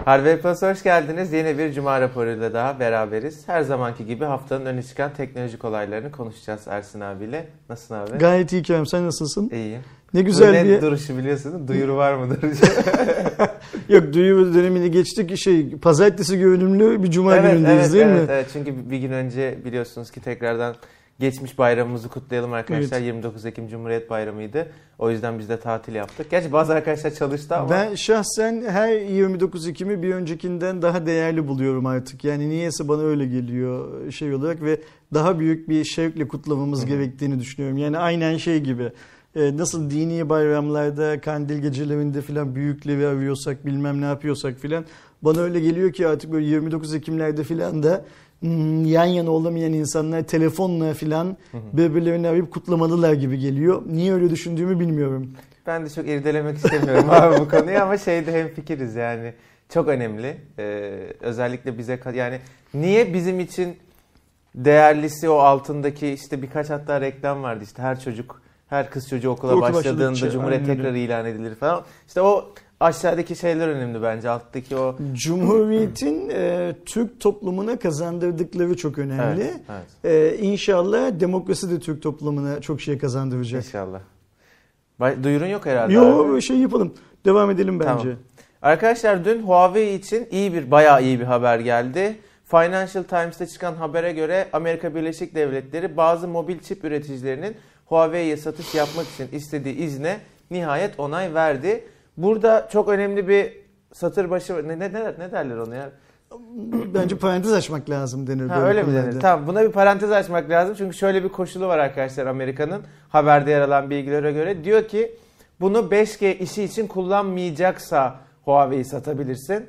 Harvey Plus hoş geldiniz. Yeni bir Cuma raporuyla daha beraberiz. Her zamanki gibi haftanın öne çıkan teknolojik olaylarını konuşacağız Ersin abiyle. Nasılsın abi? Gayet iyi Kerem. Sen nasılsın? İyiyim. Ne güzel bir... duruşu biliyorsun. Duyuru var mı duruşu? Yok, duyuru dönemini geçtik. Pazartesi görünümlü bir Cuma günündeyiz değil mi? Evet. Çünkü bir gün önce biliyorsunuz ki tekrardan geçmiş bayramımızı kutlayalım arkadaşlar. Evet. 29 Ekim Cumhuriyet Bayramı'ydı. O yüzden biz de tatil yaptık. Gerçi bazı arkadaşlar çalıştı ama. Ben şahsen her 29 Ekim'i bir öncekinden daha değerli buluyorum artık. Yani niyeyse bana öyle geliyor olarak ve daha büyük bir şevkle kutlamamız gerektiğini düşünüyorum. Yani aynen gibi. Nasıl dini bayramlarda, kandil gecelerinde filan büyükleri arıyorsak, bilmem ne yapıyorsak filan. Bana öyle geliyor ki artık böyle 29 Ekim'lerde filan da yan yana olamayan insanlar telefonla filan birbirlerini arayıp kutlamalılar gibi geliyor. Niye öyle düşündüğümü bilmiyorum. Ben de çok irdelemek istemiyorum abi bu konuyu ama hemfikiriz yani. Çok önemli. Özellikle bize yani niye bizim için değerlisi o altındaki işte birkaç hatta reklam vardı işte her kız çocuğu okula başladığında Cumhuriyet tekrar ilan edilir falan. İşte o aşağıdaki şeyler önemli bence. Alttaki o... Cumhuriyet'in Türk toplumuna kazandırdıkları çok önemli. Evet. İnşallah demokrasi de Türk toplumuna çok şey kazandıracak. İnşallah. Duyurun yok herhalde. Yok, yapalım. Devam edelim bence. Tamam. Arkadaşlar dün Huawei için bayağı iyi bir haber geldi. Financial Times'ta çıkan habere göre Amerika Birleşik Devletleri bazı mobil çip üreticilerinin Huawei'ye satış yapmak için istediği izne nihayet onay verdi. Burada çok önemli bir satır başı ne derler ona ya? Bence parantez açmak lazım denir. Öyle mi denir? Tamam, buna bir parantez açmak lazım. Çünkü şöyle bir koşulu var arkadaşlar Amerika'nın haberde yer alan bilgilere göre. Diyor ki bunu 5G işi için kullanmayacaksa Huawei'yi satabilirsin.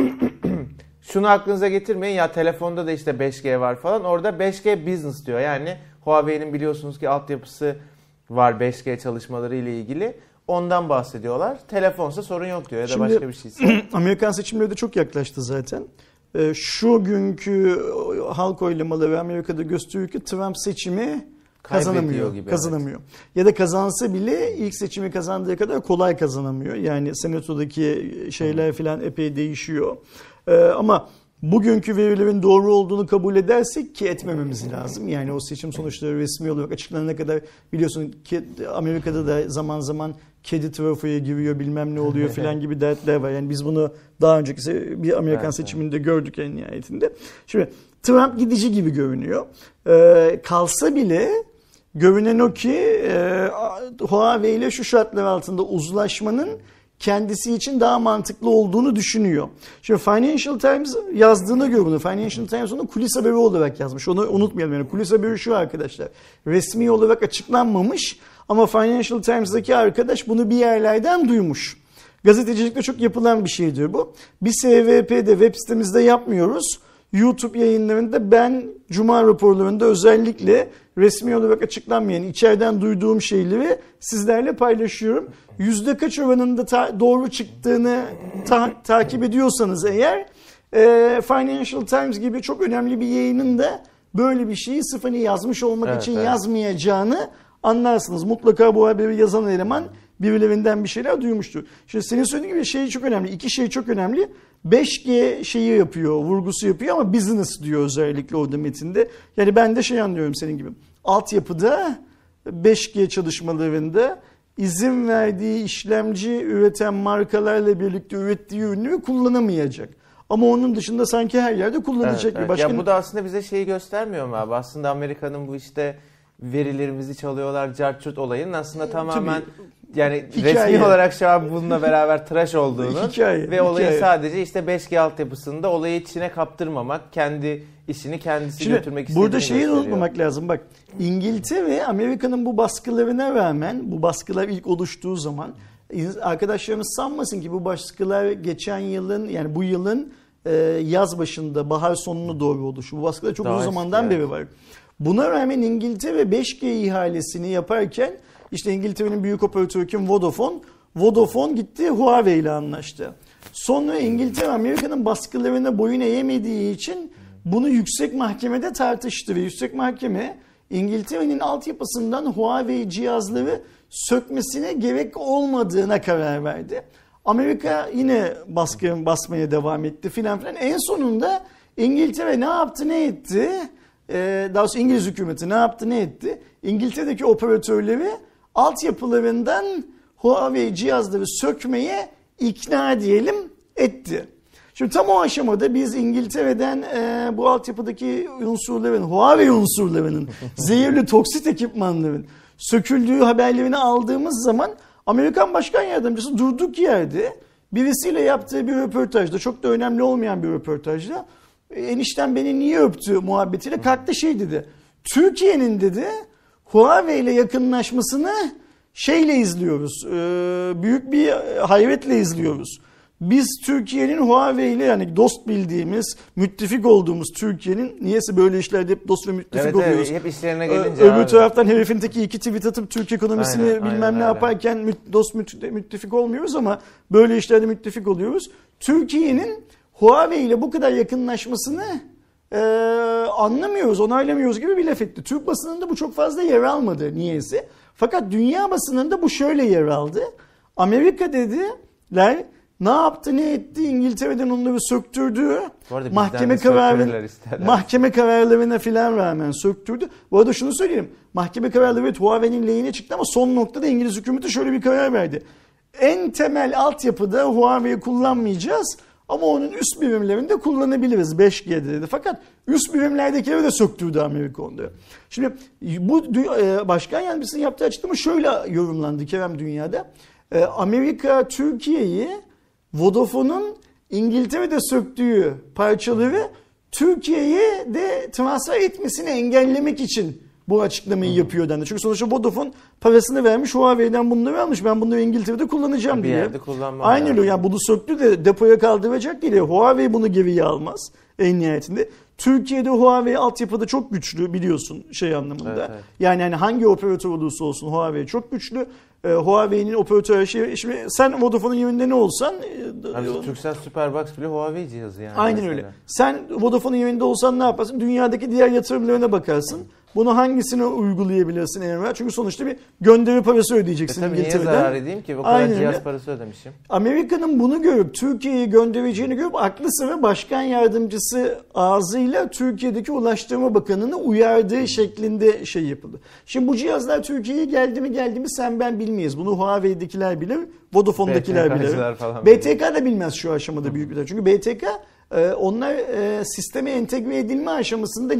Şunu aklınıza getirmeyin ya telefonda da işte 5G var falan. Orada 5G business diyor. Yani Huawei'nin biliyorsunuz ki altyapısı var 5G çalışmaları ile ilgili. Ondan bahsediyorlar. Telefonsa sorun yok diyor ya da başka bir şeyse. Amerikan seçimleri de çok yaklaştı zaten. Şu günkü halk oylamaları Amerika'da gösteriyor ki Trump seçimi kazanamıyor. Evet. Ya da kazansa bile ilk seçimi kazandığı kadar kolay kazanamıyor. Yani senatodaki şeyler filan epey değişiyor. Ama bugünkü verilerin doğru olduğunu kabul edersek ki etmememiz lazım. Yani o seçim sonuçları resmi olarak açıklanana kadar biliyorsun ki Amerika'da da zaman zaman kedi trafoya giriyor bilmem ne oluyor filan gibi dertler var. Yani biz bunu daha önceki bir Amerikan seçiminde gördük en nihayetinde. Şimdi Trump gidici gibi görünüyor. Kalsa bile görünen o ki Huawei ile şu şartlar altında uzlaşmanın kendisi için daha mantıklı olduğunu düşünüyor. Şimdi Financial Times yazdığına göre bunu, Financial Times onu kulis haberi olarak yazmış. Onu unutmayalım yani. Kulis haberi şu arkadaşlar. Resmi olarak açıklanmamış ama Financial Times'daki arkadaş bunu bir yerlerden duymuş. Gazetecilikte çok yapılan bir şeydir bu. Bir SVP'de web sitemizde yapmıyoruz. YouTube yayınlarında ben Cuma raporlarında özellikle resmi olarak açıklanmayan içeriden duyduğum şeyleri sizlerle paylaşıyorum. Yüzde kaç oranında doğru çıktığını takip ediyorsanız eğer Financial Times gibi çok önemli bir yayının da böyle bir şeyi sırf yazmış olmak için yazmayacağını anlarsınız. Mutlaka bu haberi yazan eleman birilerinden bir şeyler duymuştur. Şimdi senin söylediğin gibi şey çok önemli. İki şey çok önemli. 5G şeyi yapıyor, vurgusu yapıyor ama business diyor özellikle orada metinde. Yani ben de anlıyorum senin gibi. Altyapıda 5G çalışmalarında izin verdiği işlemci üreten markalarla birlikte ürettiği ürünü kullanamayacak. Ama onun dışında sanki her yerde kullanacak. Evet. Ya bu da aslında bize şeyi göstermiyor mu abi? Aslında Amerika'nın bu işte verilerimizi çalıyorlar, carçurt olayının aslında tamamen yani resmi olarak şu an bununla beraber tıraş olduğunu ve olayı sadece işte 5G altyapısında olayı içine kaptırmamak, kendi işini kendisi götürmek istediğini burada şeyi unutmamak lazım. Bak, İngiltere ve Amerika'nın bu baskılarına rağmen, bu baskılar ilk oluştuğu zaman arkadaşlarımız sanmasın ki bu baskılar geçen yılın yani bu yılın yaz başında, bahar sonuna doğru oluşu. Bu baskılar çok uzun zamandan beri var. Buna rağmen İngiltere 5G ihalesini yaparken işte İngiltere'nin büyük operatörü kim? Vodafone gitti Huawei ile anlaştı. Sonra İngiltere Amerika'nın baskılarına boyun eğemediği için bunu yüksek mahkemede tartıştı ve yüksek mahkeme İngiltere'nin altyapısından Huawei cihazları sökmesine gerek olmadığına karar verdi. Amerika yine basmaya devam etti filan filan. En sonunda İngiltere ne yaptı ne etti? Daha sonra İngiliz hükümeti ne yaptı ne etti? İngiltere'deki operatörleri altyapılarından Huawei cihazları sökmeye ikna diyelim etti. Şimdi tam o aşamada biz İngiltere'den bu altyapıdaki unsurların, Huawei unsurlarının, zehirli toksit ekipmanların söküldüğü haberlerini aldığımız zaman Amerikan Başkan Yardımcısı durduk yerde birisiyle yaptığı bir röportajda, çok da önemli olmayan bir röportajda, enişten beni niye öptü muhabbetiyle kalktı şey dedi. Türkiye'nin dedi Huawei ile yakınlaşmasını şeyle izliyoruz, büyük bir hayretle izliyoruz. Biz Türkiye'nin Huawei ile yani dost bildiğimiz, müttefik olduğumuz Türkiye'nin niyeyse böyle işlerde hep dost ve müttefik oluyoruz. Evet, hep işlerine gelince öbür taraftan herifin teki 2 tweet atıp Türk ekonomisini aynen ne yaparken dost müttefik olmuyoruz ama böyle işlerde müttefik oluyoruz. Türkiye'nin Huawei ile bu kadar yakınlaşmasını anlamıyoruz, onaylamıyoruz gibi bir laf etti. Türk basınında bu çok fazla yer almadı niyeyse. Fakat dünya basınında bu şöyle yer aldı. Amerika dediler, ne yaptı ne etti, İngiltere'den onları söktürdü. Mahkeme kararlarına filan rağmen söktürdü. Bu arada şunu söyleyeyim. Mahkeme kararları evet Huawei'nin lehine çıktı ama son noktada İngiliz hükümeti şöyle bir karar verdi. En temel altyapıda Huawei'yi kullanmayacağız ama onun üst birimlerinde kullanabiliriz 5G'de dedi. Fakat üst birimlerdekileri de söktürdü Amerika onları. Şimdi bu başkan yardımcısının yaptığı açıklama şöyle yorumlandı Kerem dünyada. Amerika Türkiye'yi Vodafone'un İngiltere'de söktüğü parçaları Türkiye'ye de transfer etmesini engellemek için bu açıklamayı yapıyor dendi. Çünkü sonuçta Vodafone parasını vermiş, Huawei'den bunları almış. Ben bunları İngiltere'de kullanacağım diye. Bir yerde kullanmam. Aynen öyle. Yani bunu söktü de depoya kaldıracak değil. Huawei bunu geriye almaz en nihayetinde. Türkiye'de Huawei altyapıda çok güçlü biliyorsun şey anlamında. Evet. Yani hangi operatör olursa olsun Huawei çok güçlü. Huawei'nin operatörü şimdi sen Vodafone'un yerinde ne olsan Turkcell Superbox bile Huawei cihazı yani. Aynen mesela. Öyle. Sen Vodafone'un yerinde olsan ne yaparsın? Dünyadaki diğer yatırımlarına bakarsın. Bunu hangisine uygulayabilirsin Enver? Çünkü sonuçta bir gönderi parası ödeyeceksin İngiltere'den. Niye zarar edeyim ki? O kadar Aynen cihaz öyle. Parası ödemişim. Amerika'nın bunu görüp Türkiye'yi göndereceğini görüp aklı sıra başkan yardımcısı ağzıyla Türkiye'deki Ulaştırma Bakanı'nı uyardığı şeklinde şey yapıldı. Şimdi bu cihazlar Türkiye'ye geldi mi sen ben bilmeyiz. Bunu Huawei'dekiler bilir, Vodafone'dakiler bilir. BTK da bilmez şu aşamada büyük bir. Çünkü BTK onlar sisteme entegre edilme aşamasında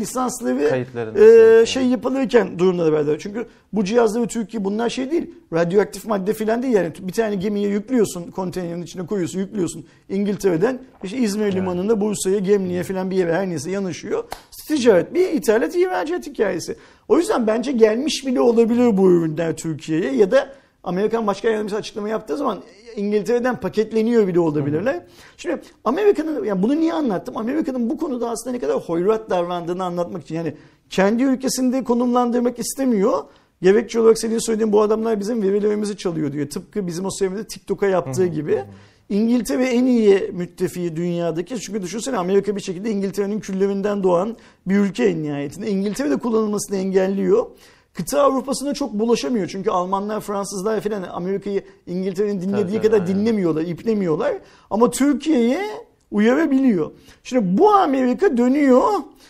lisansları şey yapılırken durumları verdiler. Çünkü bu cihazları Türkiye bunlar şey değil. Radyoaktif madde filan değil yani. Bir tane gemiye yüklüyorsun, konteynerin içine koyuyorsun, yüklüyorsun. İngiltere'den işte İzmir limanında Bursa'ya, Gemli'ye filan bir yere her neyse yanaşıyor. Ticaret bir ithalat ihracat hikayesi. O yüzden bence gelmiş bile olabilir bu ürünler Türkiye'ye ya da Amerikan Başkan Yardımcısı açıklama yaptığı zaman İngiltere'den paketleniyor bile olabilirler. Şimdi Amerika'nın, yani bunu niye anlattım? Amerika'nın bu konuda aslında ne kadar hoyrat davrandığını anlatmak için. Yani kendi ülkesinde konumlandırmak istemiyor. Gerekçe olarak senin söylediğin bu adamlar bizim verilerimizi çalıyor diyor. Tıpkı bizim o sevmede TikTok'a yaptığı gibi. İngiltere en iyi müttefiği dünyadaki. Çünkü düşünsene Amerika bir şekilde İngiltere'nin küllerinden doğan bir ülke en nihayetinde. İngiltere de kullanılmasını engelliyor. Kıta Avrupa'sına çok bulaşamıyor. Çünkü Almanlar, Fransızlar falan Amerika'yı İngiltere'nin dinlediği kadar dinlemiyorlar, iplemiyorlar. Ama Türkiye'ye uyarabiliyor. Şimdi bu Amerika dönüyor.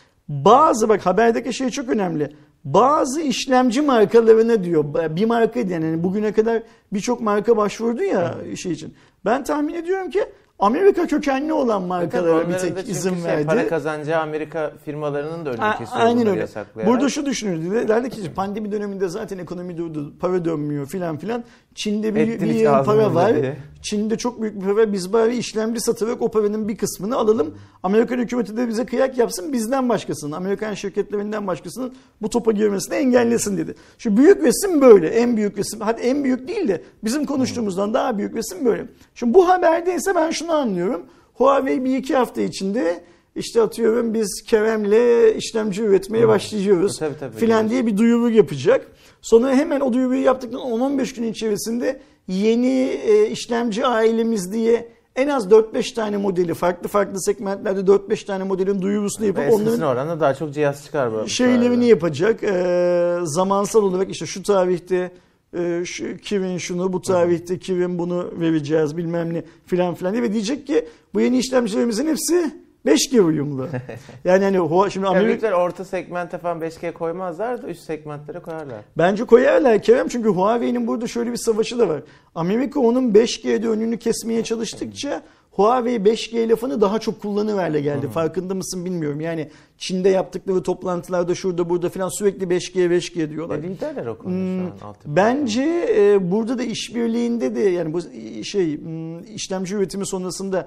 Bak haberdeki şey çok önemli. Bazı işlemci markalarına diyor. Bir marka yani bugüne kadar birçok marka başvurdu ya şey için. Ben tahmin ediyorum ki Amerika kökenli olan markalara bir tek izin verdi. Para kazanacağı Amerika firmalarının da önünü kesiyor. Aynen öyle. Burada şu düşünüldü. Derdi ki pandemi döneminde zaten ekonomi durdu, para dönmüyor filan filan. Çin'de bir para var. Diye. Çin'de çok büyük bir para var. Biz bari işlemci satarak o paranın bir kısmını alalım. Amerikan hükümeti de bize kıyak yapsın. Bizden başkasının, Amerikan şirketlerinden başkasının bu topa girmesini engellesin dedi. Şu büyük resim böyle. En büyük resim. Hadi en büyük değil de bizim konuştuğumuzdan daha büyük resim böyle. Şimdi bu haberde ise ben şunu anlıyorum. Huawei 1-2 hafta içinde işte atıyorum biz Kerem'le işlemci üretmeye başlayacağız filan diye bir duyuru yapacak. Sonra hemen o duyuruyu yaptıktan 10-15 gün içerisinde yeni işlemci ailemiz diye en az 4-5 tane modeli farklı segmentlerde 4-5 tane modelin duyurusunu yapıp onların oranında daha çok cihaz çıkar bu. Şeylerini yapacak. Zamansal olarak işte şu tarihte Kirin şunu, bu tarihte Kirin bunu vereceğiz bilmem ne filan filan diye. Ve diyecek ki bu yeni işlemcilerimizin hepsi 5G uyumlu. Yani hani şimdi Amerika orta segmente falan 5G koymazlar da üst segmentlere koyarlar. Bence koyarlar Kerem, çünkü Huawei'nin burada şöyle bir savaşı da var. Amerika onun 5G'de önünü kesmeye çalıştıkça Huawei 5G lafını daha çok kullanıverle geldi. Farkında mısın bilmiyorum. Yani Çin'de yaptıkları toplantılarda şurada burada falan sürekli 5G diyorlar. Liderler o konuda şu an. Bence burada da işbirliğinde de yani bu işlemci üretimi sonrasında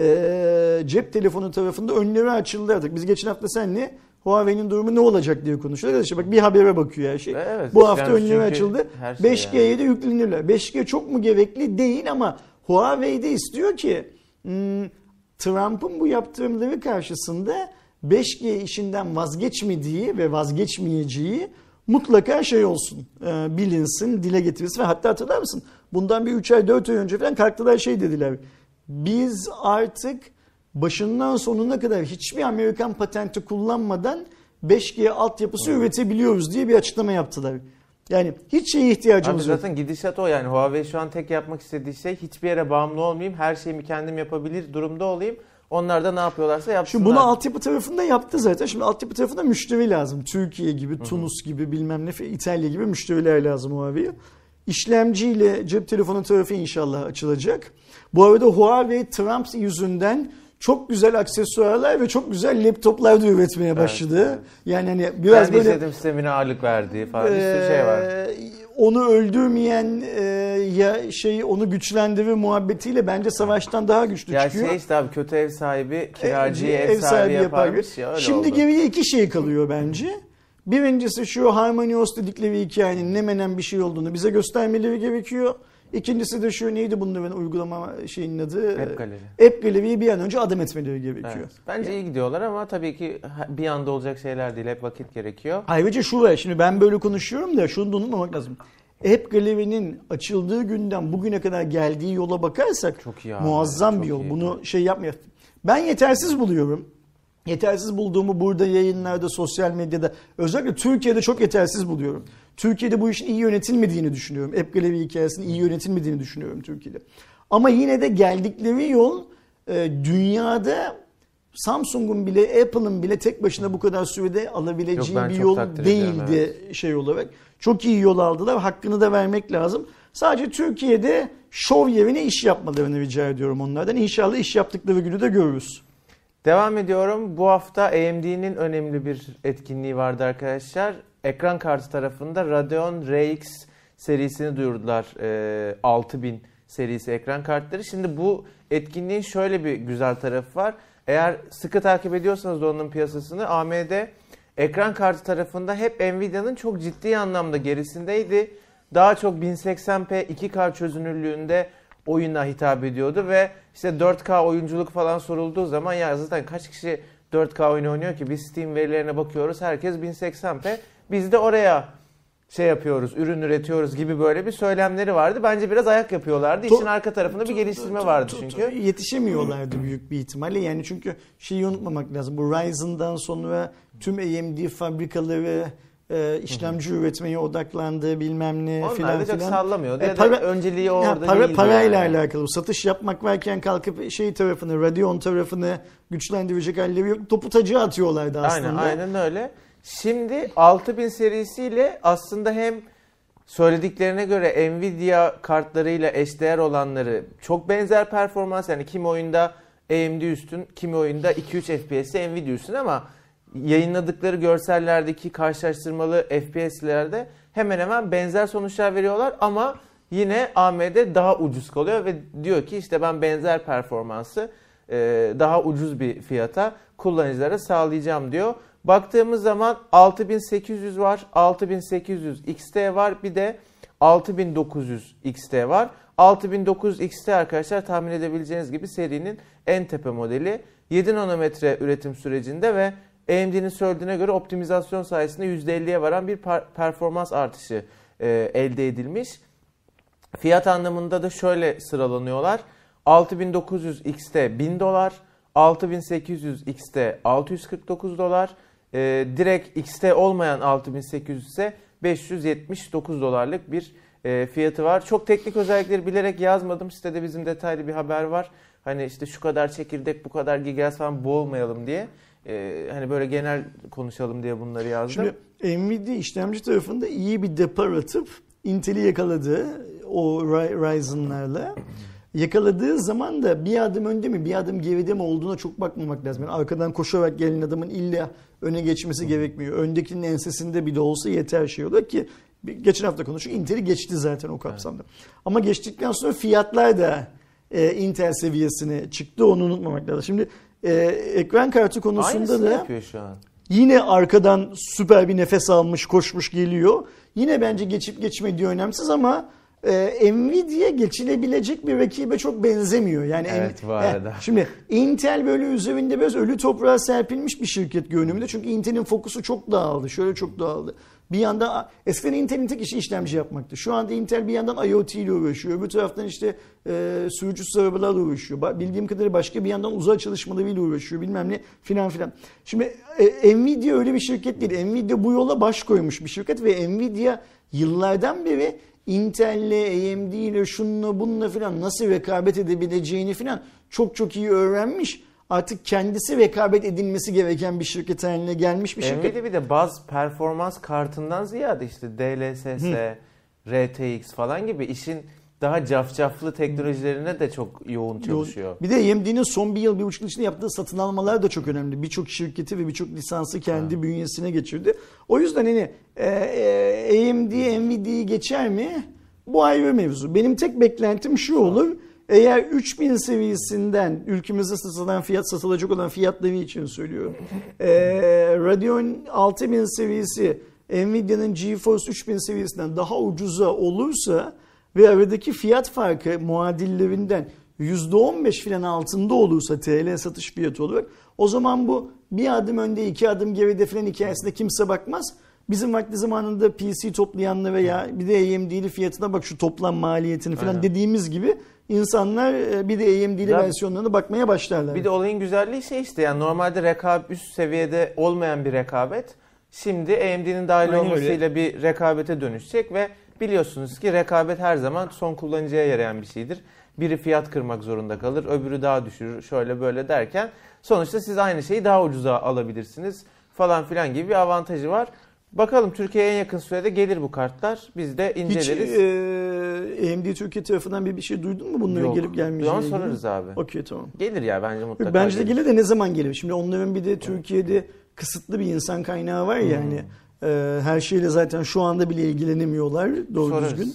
cep telefonu tarafında önleri açıldı artık. Biz geçen hafta seninle Huawei'nin durumu ne olacak diye konuşuyoruz. İşte bak bir habere bakıyor her şey. Evet, bu hafta önleri açıldı. 5G'ye yani de yüklenirler. 5G çok mu gerekli? Değil ama Huawei de istiyor ki Trump'ın bu yaptırımları karşısında 5G işinden vazgeçmediği ve vazgeçmeyeceği mutlaka olsun. Bilinsin, dile getirilsin. Ve hatta hatırlar mısın? Bundan bir 3 ay 4 ay önce falan kalktılar dediler. Biz artık başından sonuna kadar hiçbir Amerikan patenti kullanmadan 5G altyapısı üretebiliyoruz diye bir açıklama yaptılar. Yani hiç şeye ihtiyacımız yok. Zaten gidişat o yani. Huawei şu an tek yapmak istediği şey hiçbir yere bağımlı olmayayım. Her şeyimi kendim yapabilir durumda olayım. Onlar da ne yapıyorlarsa yapsınlar. Şimdi bunu altyapı tarafında yaptı zaten. Şimdi altyapı tarafında müşteri lazım. Türkiye gibi, Tunus gibi bilmem ne, İtalya gibi müşteriler lazım Huawei'ye. İşlemciyle cep telefonu tarafı inşallah açılacak. Bu arada Huawei Trump yüzünden çok güzel aksesuarlar ve çok güzel laptoplar da üretmeye başladı. Evet. Yani hani biraz kendi böyle işletim sistemine ağırlık verdiği falan bir sürü şey var. Onu öldürmeyen onu güçlendirir muhabbetiyle bence savaştan daha güçlü çıkıyor. Ya işte abi, kötü ev sahibi kiracıyı ev sahibi yaparmış ya, öyle Şimdi oldu. geriye iki şey kalıyor bence. Birincisi şu HarmonyOS dedikleri hikayenin ne menen bir şey olduğunu bize göstermeleri gerekiyor. İkincisi de şu, neydi bunların uygulama şeyinin adı? App Gallery. App Gallery'yi bir an önce adım etmeleri gerekiyor. Evet. Bence iyi gidiyorlar ama tabii ki bir anda olacak şeyler değil. Hep vakit gerekiyor. Ayrıca şu var, şimdi ben böyle konuşuyorum da şunu da unutmamak lazım. App Gallery'nin açıldığı günden bugüne kadar geldiği yola bakarsak çok iyi abi, muazzam bir yol. Iyi. Bunu yapmıyor. Ben yetersiz buluyorum. Yetersiz bulduğumu burada yayınlarda, sosyal medyada, özellikle Türkiye'de çok yetersiz buluyorum. Türkiye'de bu işin iyi yönetilmediğini düşünüyorum. App Gallery hikayesinin iyi yönetilmediğini düşünüyorum Türkiye'de. Ama yine de geldikleri yol dünyada Samsung'un bile, Apple'ın bile tek başına bu kadar sürede alabileceği bir yol değildi olarak. Çok iyi yol aldılar. Hakkını da vermek lazım. Sadece Türkiye'de şov yerine iş yapmalarını rica ediyorum onlardan. İnşallah iş yaptıkları günü de görürüz. Devam ediyorum. Bu hafta AMD'nin önemli bir etkinliği vardı arkadaşlar. Ekran kartı tarafında Radeon RX serisini duyurdular. 6000 serisi ekran kartları. Şimdi bu etkinliğin şöyle bir güzel tarafı var. Eğer sıkı takip ediyorsanız onun piyasasını, AMD ekran kartı tarafında hep Nvidia'nın çok ciddi anlamda gerisindeydi. Daha çok 1080p 2K çözünürlüğünde oyuna hitap ediyordu ve işte 4K oyunculuk falan sorulduğu zaman ya zaten kaç kişi 4K oyunu oynuyor ki, biz Steam verilerine bakıyoruz, herkes 1080p, biz de oraya yapıyoruz, ürün üretiyoruz gibi böyle bir söylemleri vardı. Bence biraz ayak yapıyorlardı. İşin arka tarafında bir geliştirme vardı çünkü. Yetişemiyorlardı büyük bir ihtimalle. Yani çünkü şeyi unutmamak lazım. Bu Ryzen'dan sonra tüm AMD fabrikaları işlemci üretmeye odaklandı bilmem ne filan filan. Onlar da çok sallamıyordu. Önceliği orada değildi. Parayla alakalı. Satış yapmak varken kalkıp tarafını, Radeon tarafını güçlendirecek halleri yok. Topu tacıya atıyorlardı aslında. Aynen öyle. Şimdi 6000 serisiyle aslında hem söylediklerine göre Nvidia kartlarıyla eşdeğer olanları, çok benzer performans, yani kimi oyunda AMD üstün, kimi oyunda 2-3 FPS'te Nvidia üstün, ama yayınladıkları görsellerdeki karşılaştırmalı FPS'lerde hemen hemen benzer sonuçlar veriyorlar ama yine AMD daha ucuz kalıyor ve diyor ki işte ben benzer performansı daha ucuz bir fiyata kullanıcılara sağlayacağım diyor. Baktığımız zaman 6800 var, 6800 XT var, bir de 6900 XT var. 6900 XT arkadaşlar tahmin edebileceğiniz gibi serinin en tepe modeli. 7 nanometre üretim sürecinde ve AMD'nin söylediğine göre optimizasyon sayesinde %50'ye varan bir performans artışı elde edilmiş. Fiyat anlamında da şöyle sıralanıyorlar. 6900 XT $1000, 6800 XT $649, direkt XT olmayan 6800 ise $579 bir fiyatı var. Çok teknik özellikleri bilerek yazmadım. Sitede bizim detaylı bir haber var. Hani işte şu kadar çekirdek, bu kadar gigahertz falan boğulmayalım diye. Hani böyle genel konuşalım diye bunları yazdım. Şimdi Nvidia işlemci tarafında iyi bir depar atıp Intel'i yakaladı o Ryzen'larla. Yakaladığı zaman da bir adım önde mi bir adım geride mi olduğuna çok bakmamak lazım. Yani arkadan koşarak gelen adamın illa öne geçmesi gerekmiyor. Öndekinin ensesinde bile olsa yeter şey olur ki geçen hafta konuştuk. Intel'i geçti zaten o kapsamda. Evet. Ama geçtikten sonra fiyatlar da Intel seviyesine çıktı. Onu unutmamak lazım. Şimdi ekran kartı konusunda aynısını da yapıyor şu an. Yine arkadan süper bir nefes almış, koşmuş geliyor. Yine bence geçip geçmediği önemsiz ama Nvidia geçilebilecek bir rakibe çok benzemiyor. Yani evet bu arada. Şimdi Intel böyle üzerinde biraz ölü toprağa serpilmiş bir şirket görünümünde. Çünkü Intel'in fokusu çok dağıldı. Şöyle çok dağıldı. Bir yandan eskiden Intel'in tek işi işlemci yapmaktı. Şu anda Intel bir yandan IoT ile uğraşıyor. Öbür taraftan işte sürücüsüz arabalarla uğraşıyor. Bildiğim kadarıyla başka bir yandan uzay çalışmalarıyla uğraşıyor. Bilmem ne filan filan. Şimdi Nvidia öyle bir şirket değil. Nvidia bu yola baş koymuş bir şirket ve Nvidia yıllardan beri Intel'le, AMD ile şununla bununla filan nasıl rekabet edebileceğini filan çok çok iyi öğrenmiş. Artık kendisi rekabet edilmesi gereken bir şirket haline gelmiş bir şirket. Nvidia bir de baz performans kartından ziyade işte DLSS, RTX falan gibi işin daha cafcaflı teknolojilerine de çok yoğun çalışıyor. Bir de AMD'nin son bir yıl, 1,5 yıl içinde yaptığı satın almalar da çok önemli. Birçok şirketi ve birçok lisansı kendi bünyesine geçirdi. O yüzden hani AMD, Nvidia'yı geçer mi? Bu ayrı mevzu. Benim tek beklentim şu olur. Eğer 3000 seviyesinden ülkemizde satılacak olan fiyatları için söylüyorum. Radeon 6000 seviyesi Nvidia'nın GeForce 3000 seviyesinden daha ucuza olursa ve aradaki fiyat farkı muadillerinden %15 falan altında olursa TL satış fiyatı olarak o zaman bu bir adım önde 2 adım geride falan hikayesinde kimse bakmaz. Bizim vakti zamanında PC toplayanla veya bir de AMD'li fiyatına bak şu toplam maliyetini falan dediğimiz gibi insanlar bir de AMD'li versiyonlarına bakmaya başlarlar. Bir de olayın güzelliği şey işte yani normalde üst seviyede olmayan bir rekabet şimdi AMD'nin dahil olmasıyla bir rekabete dönüşecek ve biliyorsunuz ki rekabet her zaman son kullanıcıya yarayan bir şeydir. Biri fiyat kırmak zorunda kalır, öbürü daha düşürür, şöyle böyle derken sonuçta siz aynı şeyi daha ucuza alabilirsiniz falan filan gibi bir avantajı var. Bakalım Türkiye'ye en yakın sürede gelir bu kartlar. Biz de inceleriz. Hiç AMD Türkiye tarafından bir şey duydun mu bunların gelip gelmeyeceğini? Yok. Sorarız abi. Okey tamam. Gelir ya bence mutlaka. Bence de gelir de ne zaman gelir? Şimdi onların bir de Türkiye'de kısıtlı bir insan kaynağı var ya yani. Her şeyle zaten şu anda bile ilgilenemiyorlar doğru düzgün.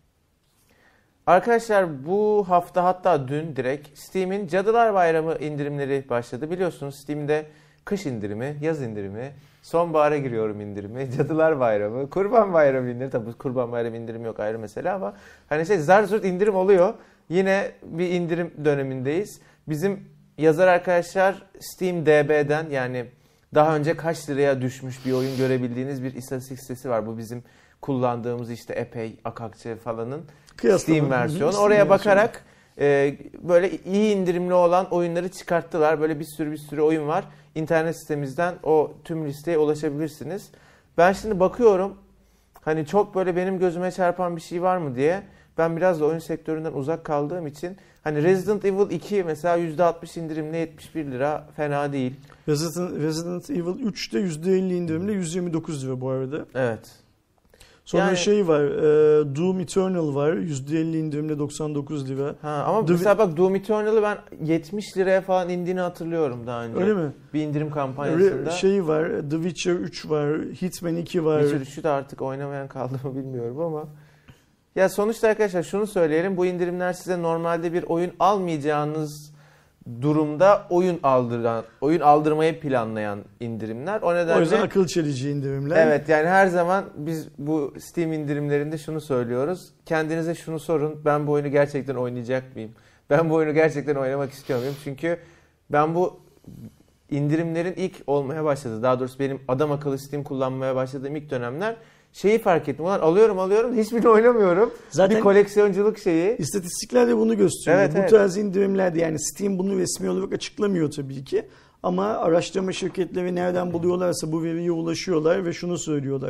Arkadaşlar bu hafta hatta dün direkt Steam'in Cadılar Bayramı indirimleri başladı. Biliyorsunuz Steam'de kış indirimi, yaz indirimi, sonbahara giriyorum indirimi, Cadılar Bayramı, Kurban Bayramı indirimi. Tabii Kurban Bayramı indirimi yok ayrı mesele ama hani zar zurt indirim oluyor. Yine bir indirim dönemindeyiz. Bizim yazar arkadaşlar Steam DB'den yani daha önce kaç liraya düşmüş bir oyun görebildiğiniz bir istatistik sitesi var. Bu bizim kullandığımız işte epey Akakçı falanın Steam versiyonu. Oraya bakarak böyle iyi indirimli olan oyunları çıkarttılar. Böyle bir sürü oyun var. İnternet sitemizden o tüm listeye ulaşabilirsiniz. Ben şimdi bakıyorum hani çok böyle benim gözüme çarpan bir şey var mı diye. Ben biraz da oyun sektöründen uzak kaldığım için hani Resident Evil 2 mesela %60 indirimle 71 lira fena değil. Resident Evil 3'te %50 indirimle 129 lira bu arada. Evet. Sonra yani, var Doom Eternal var %50 indirimle 99 lira. Ama mesela bak Doom Eternal'ı ben 70 liraya falan indiğini hatırlıyorum daha önce. Öyle mi? Bir indirim kampanyasında. Var The Witcher 3 var, Hitman 2 var. Witcher 3'ü de artık oynamayan kaldı mı bilmiyorum ama. Ya sonuçta arkadaşlar şunu söyleyelim. Bu indirimler size normalde bir oyun almayacağınız durumda oyun aldırmayı planlayan indirimler. O yüzden akıl çelici indirimler. Evet yani her zaman biz bu Steam indirimlerinde şunu söylüyoruz. Kendinize şunu sorun. Ben bu oyunu gerçekten oynayacak mıyım? Ben bu oyunu gerçekten oynamak istiyor muyum? Çünkü ben bu indirimlerin ilk olmaya başladı. Daha doğrusu benim adam akıllı Steam kullanmaya başladığım ilk dönemler şeyi fark ettim. Ulan alıyorum hiçbirini oynamıyorum. Zaten bir koleksiyonculuk şeyi. İstatistikler de bunu gösteriyor. Bu tarz indirimlerde yani Steam bunu resmi olarak açıklamıyor tabii ki. Ama araştırma şirketleri nereden buluyorlarsa bu veriye ulaşıyorlar ve şunu söylüyorlar.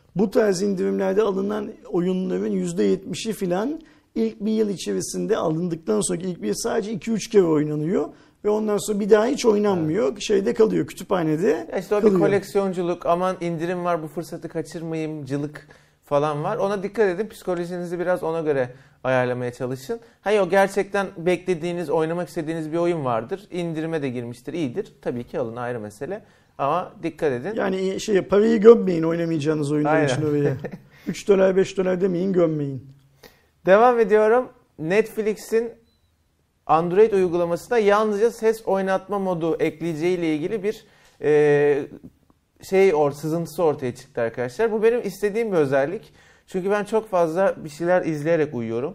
Bu tarz indirimlerde alınan oyunların %70'i filan ilk bir yıl içerisinde alındıktan sonraki ilk bir yıl sadece 2-3 kere oynanıyor. Ve ondan sonra bir daha hiç oynanmıyor. Evet. Şeyde kalıyor, kütüphanede işte o kalıyor. Bir koleksiyonculuk, aman indirim var bu fırsatı kaçırmayayımcılık falan var. Ona dikkat edin. Psikolojinizi biraz ona göre ayarlamaya çalışın. Hayır, o gerçekten beklediğiniz, oynamak istediğiniz bir oyun vardır. İndirime de girmiştir, iyidir. Tabii ki alın, ayrı mesele. Ama dikkat edin. Yani parayı gömmeyin oynamayacağınız oyunlar için oraya. $3, $5 demeyin, gömmeyin. Devam ediyorum. Netflix'in Android uygulamasına yalnızca ses oynatma modu ekleyeceğiyle ilgili bir sızıntısı ortaya çıktı arkadaşlar. Bu benim istediğim bir özellik. Çünkü ben çok fazla bir şeyler izleyerek uyuyorum.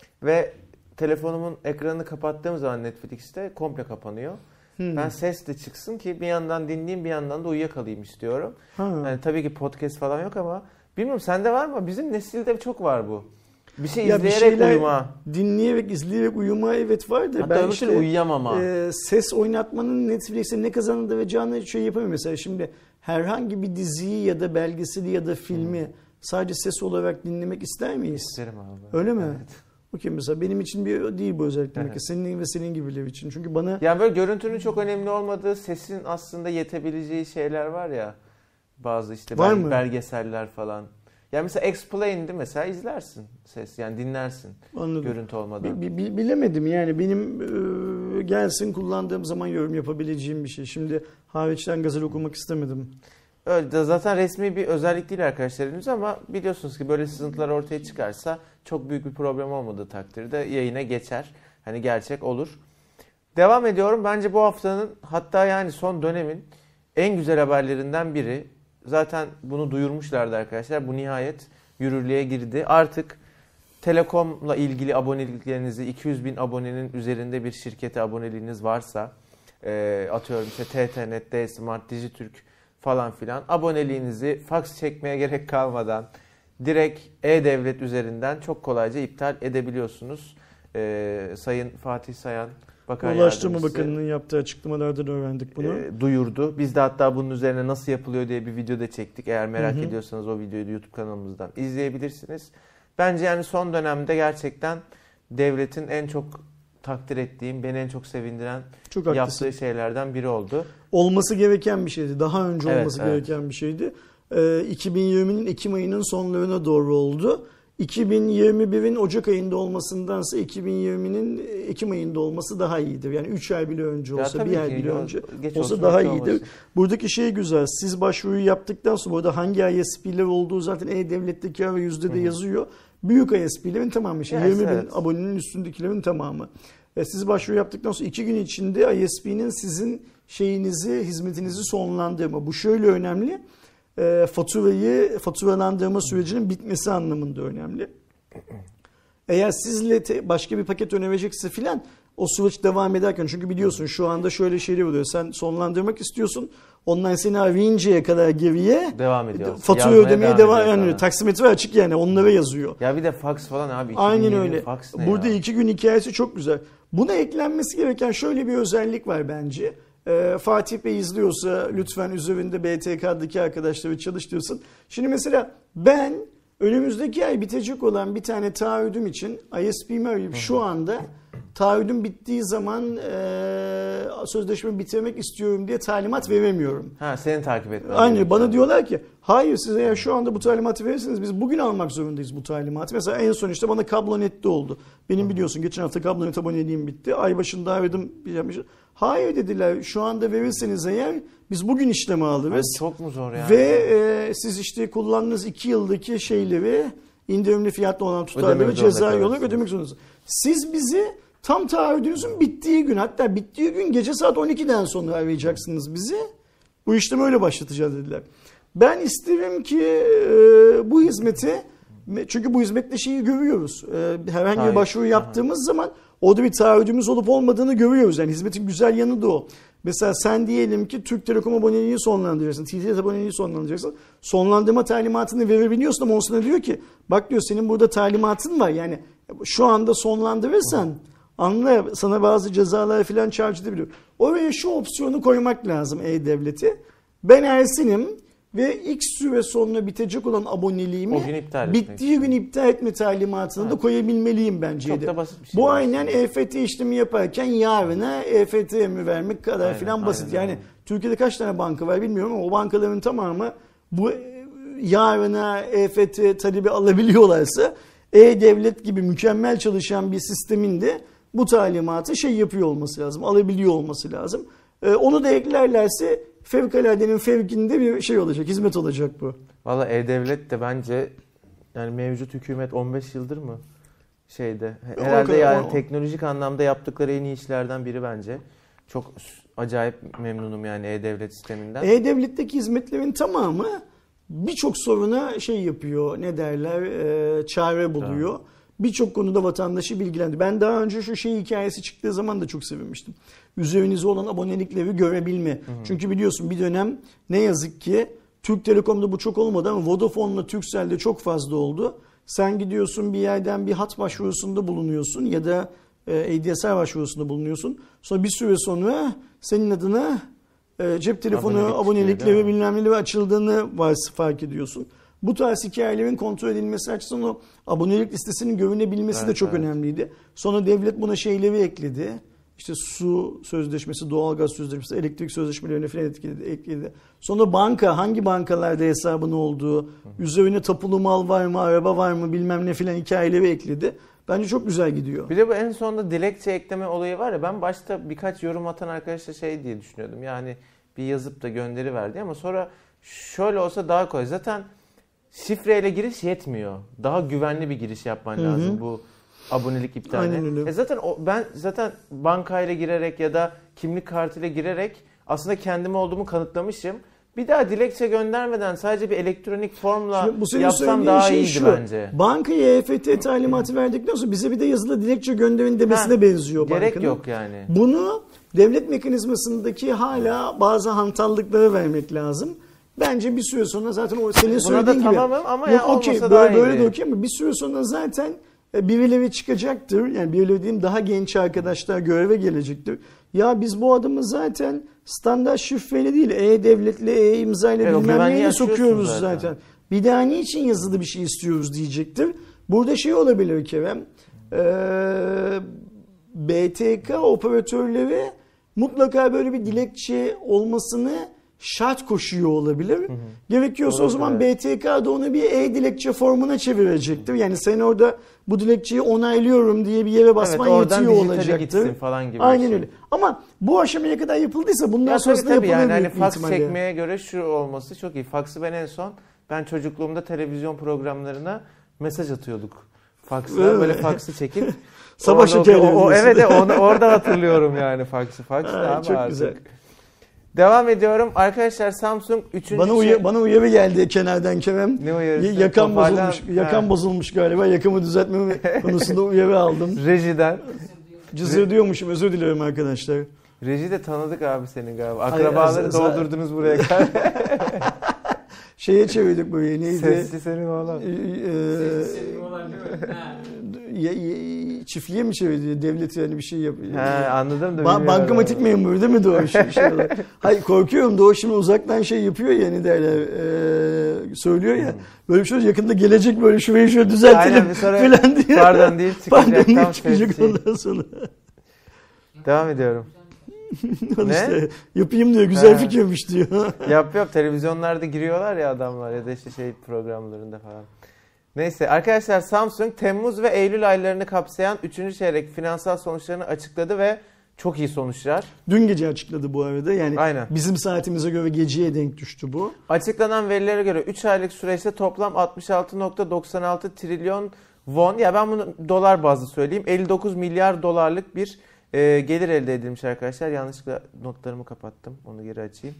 Ve telefonumun ekranını kapattığım zaman Netflix'te komple kapanıyor. Ben ses de çıksın ki bir yandan dinleyeyim, bir yandan da uyuyakalayım istiyorum. Yani tabii ki podcast falan yok ama bilmiyorum, sende var mı? Bizim nesilde çok var bu. Bir şey izleyerek uyuma. Dinleyerek, izleyerek uyuma evet var da. Hatta ben işte uyuyamam. Ses oynatmanın Netflix'e ne kazandıracağını yapamıyorum. Mesela şimdi herhangi bir diziyi ya da belgeseli ya da filmi sadece ses olarak dinlemek ister miyiz? İsterim abi. Öyle mi? Evet. Okey, mesela benim için bir değil bu özellik demek ki. Senin ve senin gibiler için. Çünkü bana... Yani böyle görüntünün çok önemli olmadığı, sesin aslında yetebileceği şeyler var ya. Bazı işte belgeseller falan. Yani mesela Explained'i mesela izlersin ses, yani dinlersin. Anladım. Görüntü olmadan. Bilemedim yani, benim gelsin kullandığım zaman yorum yapabileceğim bir şey. Şimdi hariçten gazel okumak istemedim. Öyle de zaten resmi bir özellik değil arkadaşlar henüz, ama biliyorsunuz ki böyle sızıntılar ortaya çıkarsa çok büyük bir problem olmadığı takdirde yayına geçer. Hani gerçek olur. Devam ediyorum. Bence bu haftanın, hatta yani son dönemin en güzel haberlerinden biri. Zaten bunu duyurmuşlardı arkadaşlar. Bu nihayet yürürlüğe girdi. Artık Telekom'la ilgili aboneliklerinizi, 200.000 abonenin üzerinde bir şirkete aboneliğiniz varsa, atıyorum işte TTNet, D-Smart, Dijitürk falan filan, aboneliğinizi faks çekmeye gerek kalmadan direkt E-Devlet üzerinden çok kolayca iptal edebiliyorsunuz. Sayın Fatih Sayan Bakan Ulaştırma Bakanı'nın yaptığı açıklamalardan öğrendik bunu. Duyurdu. Biz de hatta bunun üzerine nasıl yapılıyor diye bir video da çektik. Eğer merak ediyorsanız o videoyu da YouTube kanalımızdan izleyebilirsiniz. Bence yani son dönemde gerçekten devletin en çok takdir ettiğim, beni en çok sevindiren yaptığı şeylerden biri oldu. Olması gereken bir şeydi. Daha önce olması gereken bir şeydi. 2020'nin Ekim ayının sonlarına doğru oldu. 2021'in Ocak ayında olmasındansa 2020'nin Ekim ayında olması daha iyidir. Yani 3 ay bile önce olsa, bir ay bile önce olsa daha iyidir. Buradaki şey güzel. Siz başvuruyu yaptıktan sonra, burada hangi ISP'ler olduğu zaten E-Devlet'teki ve yüzde de yazıyor. Büyük ISP'lerin tamamı, 20.000 abonenin üstündekilerin tamamı. Siz başvuru yaptıktan sonra 2 gün içinde ISP'nin sizin hizmetinizi sonlandırma. Bu şöyle önemli. Faturalandırma sürecinin bitmesi anlamında önemli. Eğer sizle başka bir paket önerecekse filan, o süreç devam ederken, çünkü biliyorsun şu anda şöyle şeyler oluyor. Sen sonlandırmak istiyorsun. Onlar seni arayıncaya kadar geriye devam ediyor. Fatura ödemeye devam ediyor. Taksimetre açık yani, onlara yazıyor. Ya bir de fax falan abi. Aynen öyle. Burada 2 gün hikayesi çok güzel. Buna eklenmesi gereken şöyle bir özellik var bence. Fatih Bey izliyorsa lütfen üzerinde BTK'daki arkadaşları çalıştırsın. Şimdi mesela ben önümüzdeki ay bitecek olan bir tane taahhüdüm için ISP'mi arayıp şu anda taahhüdüm bittiği zaman sözleşmeyi bitirmek istiyorum diye talimat veremiyorum. Seni takip etmem. Aynen, bana diyorlar ki hayır, siz eğer şu anda bu talimatı verirseniz biz bugün almak zorundayız bu talimatı. Mesela en son işte bana Kablonet oldu. Benim biliyorsun geçen hafta Kablonet aboneliğim bitti. Ay başında aradım. Hayır dediler, şu anda verirseniz eğer biz bugün işlemi alırız. Çok mu zor yani? Ve siz işte kullandığınız 2 yıldaki şeyleri, indirimli fiyatlı olan tutarları cezai olarak ödemek zorundasınız. Siz bizi tam taahhüdünüzün bittiği gün, hatta bittiği gün gece saat 12'den sonra arayacaksınız bizi. Bu işlemi öyle başlatacağız dediler. Ben isterim ki bu hizmeti, çünkü bu hizmetle şeyi görüyoruz. Herhangi bir başvuru yaptığımız zaman orada bir taahhüdümüz olup olmadığını görüyoruz. Yani hizmetin güzel yanı da o. Mesela sen diyelim ki Türk Telekom aboneliğini sonlandıracaksın, TTNet aboneliğini sonlandıracaksın. Sonlandırma talimatını verebiliyorsun ama o sana diyor ki bak diyor, senin burada talimatın var. Yani şu anda sonlandırırsan anla, sana bazı cezalar falan charge edebiliyor. Oraya şu opsiyonu koymak lazım E-Devlet'e. Ben Ersin'im. ve X süre sonra bitecek olan aboneliğimi o gün iptal bittiği gün iptal etme talimatını da koyabilmeliyim bence. Çok da basit bir şey. Bu aynen EFT işlemi yaparken yarına EFT emri vermek kadar filan basit. Yani Türkiye'de kaç tane banka var bilmiyorum ama o bankaların tamamı bu yarına EFT talebi alabiliyorlarsa E-Devlet gibi mükemmel çalışan bir sistemin de bu talimatı yapıyor olması lazım, alabiliyor olması lazım. Onu da eklerlerse fevkaladenin fevkinde bir olacak, hizmet olacak bu. Valla E-Devlet de bence yani mevcut hükümet 15 yıldır mı herhalde yani teknolojik anlamda yaptıkları en iyi işlerden biri bence. Çok acayip memnunum yani E-Devlet sisteminden. E-Devlet'teki hizmetlerin tamamı birçok soruna yapıyor, çare buluyor. Evet. Birçok konuda vatandaşı bilgilendi. Ben daha önce şu hikayesi çıktığı zaman da çok sevinmiştim. Üzerinize olan abonelikleri görebilme. Hı hı. Çünkü biliyorsun bir dönem ne yazık ki Türk Telekom'da bu çok olmadı ama Vodafone'la Turkcell'de çok fazla oldu. Sen gidiyorsun bir yerden bir hat başvurusunda bulunuyorsun ya da ADSL başvurusunda bulunuyorsun. Sonra bir süre sonra senin adına cep telefonu abonelikleri bilmem neleri açıldığını fark ediyorsun. Bu tarz hikayelerin kontrol edilmesi açısından o abonelik listesinin görünebilmesi de çok önemliydi. Sonra devlet buna ekledi. İşte su sözleşmesi, doğalgaz sözleşmesi, elektrik sözleşmelerine falan ekledi. Sonra hangi bankalarda hesabın olduğu, üzerine tapulu mal var mı, araba var mı bilmem ne filan hikayeleri ekledi. Bence çok güzel gidiyor. Bir de bu en sonunda dilekçe ekleme olayı var ya, ben başta birkaç yorum atan arkadaşlar diye düşünüyordum. Yani bir yazıp da gönderi verdi ama sonra şöyle olsa daha kolay. Zaten şifreyle giriş yetmiyor. Daha güvenli bir giriş yapman lazım bu abonelik iptaline. Ben zaten bankayla girerek ya da kimlik kartıyla girerek aslında kendim olduğumu kanıtlamışım. Bir daha dilekçe göndermeden sadece bir elektronik formla yapsam daha iyiydi bence. Bankaya EFT talimatı verdikten sonra bize bir de yazılı dilekçe gönderin demesine benziyor bankanın. Gerek yok yani. Bunu devlet mekanizmasındaki hala bazı hantallıkları vermek lazım. Bence bir süre sonra zaten o senin söylediğin gibi. Tamamım ama ya olmasa daha iyi. Böyle de okey ama bir süre sonra zaten birileri çıkacaktır. Yani birileri diyeyim daha genç arkadaşlar göreve gelecektir. Ya biz bu adımı zaten standart şifreyle değil E-Devlet'le, E-imzayla bilmem neyle sokuyoruz zaten. Bir daha niçin yazılı bir şey istiyoruz diyecektir. Burada olabilir Kerem. BTK operatörleri mutlaka böyle bir dilekçe olmasını şart koşuyor olabilir. Gerekiyorsa o zaman BTK da onu bir e-dilekçe formuna çevirecektir. Yani sen orada bu dilekçeyi onaylıyorum diye bir yere basman yetiyor olacaktır. Falan gibi aynen öyle. Ama bu aşamaya kadar yapıldıysa bundan sonrası da yapılır yani faks çekmeye göre şu olması çok iyi. Faksı ben çocukluğumda televizyon programlarına mesaj atıyorduk. Faksla böyle faksı çekip sabah şekerleri. Evet orada hatırlıyorum yani faksı. Faks çok artık. Güzel. Devam ediyorum. Arkadaşlar Samsung 3. Bana uyarı geldi kenardan Kerem. Ne uyarısı? Yakan bozulmuş galiba. Yakamı düzeltmem konusunda uyarı aldım. Rejiden. Cızır diyormuşum. Özür dilerim arkadaşlar. Reji de tanıdık abi senin galiba. Akrabaları doldurdunuz buraya kadar. Çevirdik böyle. Neydi? Sesli senin oğlan. Sesli oğlan değil mi? Çiftliğe mi çevirdi? Devlet yani bir şey yapıyor. Anladım da. Bankamatik memuru değil mi Doğu? Hayır korkuyorum Doğu şimdi uzaktan yapıyor ya ne derler. Söylüyor ya. Böyle bir şey yakında gelecek böyle şurayı düzeltelim falan diye. Pardon deyip çıkacak. Pardon çıkacak ondan sonra. Devam ediyorum. İşte, yapayım diyor güzel fikirmiş diyor. Yap televizyonlarda giriyorlar ya adamlar ya da işte programlarında falan. Neyse arkadaşlar Samsung Temmuz ve Eylül aylarını kapsayan 3. çeyrek finansal sonuçlarını açıkladı ve çok iyi sonuçlar. Dün gece açıkladı bu arada. Yani aynen. Bizim saatimize göre geceye denk düştü bu. Açıklanan verilere göre 3 aylık süreçte toplam 66.96 trilyon won. Ya ben bunu dolar bazlı söyleyeyim. 59 milyar dolarlık bir gelir elde edilmiş arkadaşlar. Yanlışlıkla notlarımı kapattım. Onu geri açayım.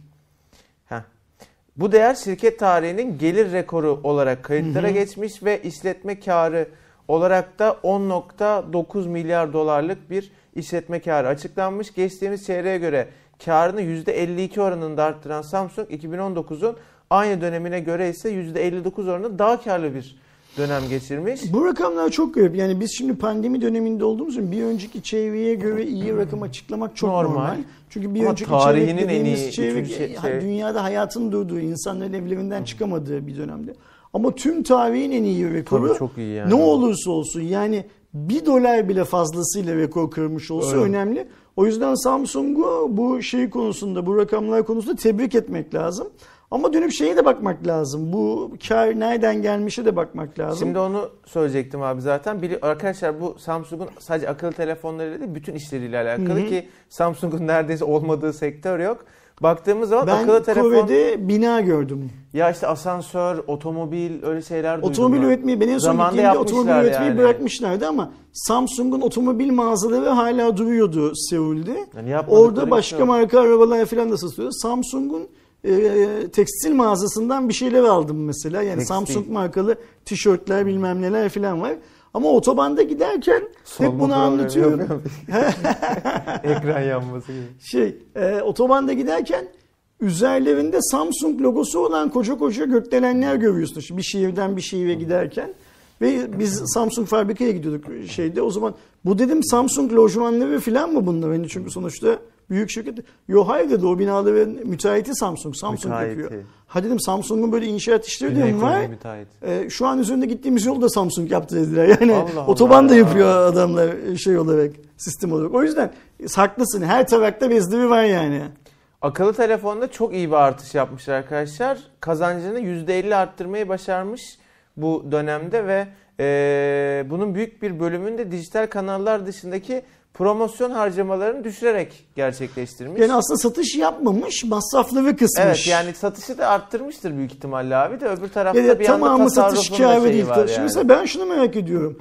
Bu değer şirket tarihinin gelir rekoru olarak kayıtlara geçmiş ve işletme karı olarak da 10.9 milyar dolarlık bir işletme karı açıklanmış. Geçtiğimiz çeyreğe göre karını %52 oranında arttıran Samsung 2019'un aynı dönemine göre ise %59 oranında daha karlı bir dönem geçirmiş. Bu rakamlar çok garip. Yani biz şimdi pandemi döneminde olduğumuz için bir önceki çevreye göre iyi rakam açıklamak çok normal. Çünkü bir ama önceki tarihinin çeyrek dediğimiz en iyi çeyrek dünyada hayatın durduğu, insanların evlerinden çıkamadığı bir dönemde. Ama tüm tarihin en iyi rekoru çok iyi yani. Ne olursa olsun yani $1 bile fazlasıyla rekor kırmış olsa önemli. O yüzden Samsung'u bu şey konusunda, bu rakamlar konusunda tebrik etmek lazım. Ama dönüp şeye de bakmak lazım. Bu kar nereden gelmişe de bakmak lazım. Şimdi onu söyleyecektim abi zaten. Arkadaşlar bu Samsung'un sadece akıllı telefonlarıyla değil bütün işleriyle alakalı ki Samsung'un neredeyse olmadığı sektör yok. Baktığımız zaman akıllı telefon... Ben Kore'de bina gördüm. Ya işte asansör, otomobil öyle şeyler duydum. Otomobil üretmeyi ben en son gittiğimde otomobil üretmeyi yani. bırakmışlardı ama Samsung'un otomobil mağazaları hala duruyordu Seul'de. Yani orada başka marka arabalar falan da satılıyor. Samsung'un tekstil mağazasından bir şeyler aldım mesela. Yani tekstil. Samsung markalı tişörtler bilmem neler falan var. Ama otobanda giderken hep bunu anlatıyorum. Ekran yanması gibi. Otobanda giderken üzerlerinde Samsung logosu olan koca koca gökdelenler görüyorsun. Bir şehirden bir şehire giderken. Ve biz Samsung fabrikaya gidiyorduk o zaman. Bu dedim Samsung lojmanları falan mı bunlar? Yani çünkü sonuçta büyük şirket. Yo hayır dedi, o binaların müteahhiti Samsung yapıyor. Ha dedim Samsung'un böyle inşaat işleri de var. Şu an üzerinde gittiğimiz yolu da Samsung yaptı dediler. Yani otoban da yapıyor adamlar olarak, sistem olarak. O yüzden haklısın, her tarafta bezdiri var yani. Akıllı telefonda çok iyi bir artış yapmışlar arkadaşlar. Kazancını %50 arttırmayı başarmış bu dönemde ve bunun büyük bir bölümünü de dijital kanallar dışındaki promosyon harcamalarını düşürerek gerçekleştirmiş. Yani aslında satış yapmamış, masrafları kısmış. Evet, yani satışı da arttırmıştır büyük ihtimalle abi de öbür tarafta bir anda tasarrufun da şeyi var yani. Mesela ben şunu merak ediyorum.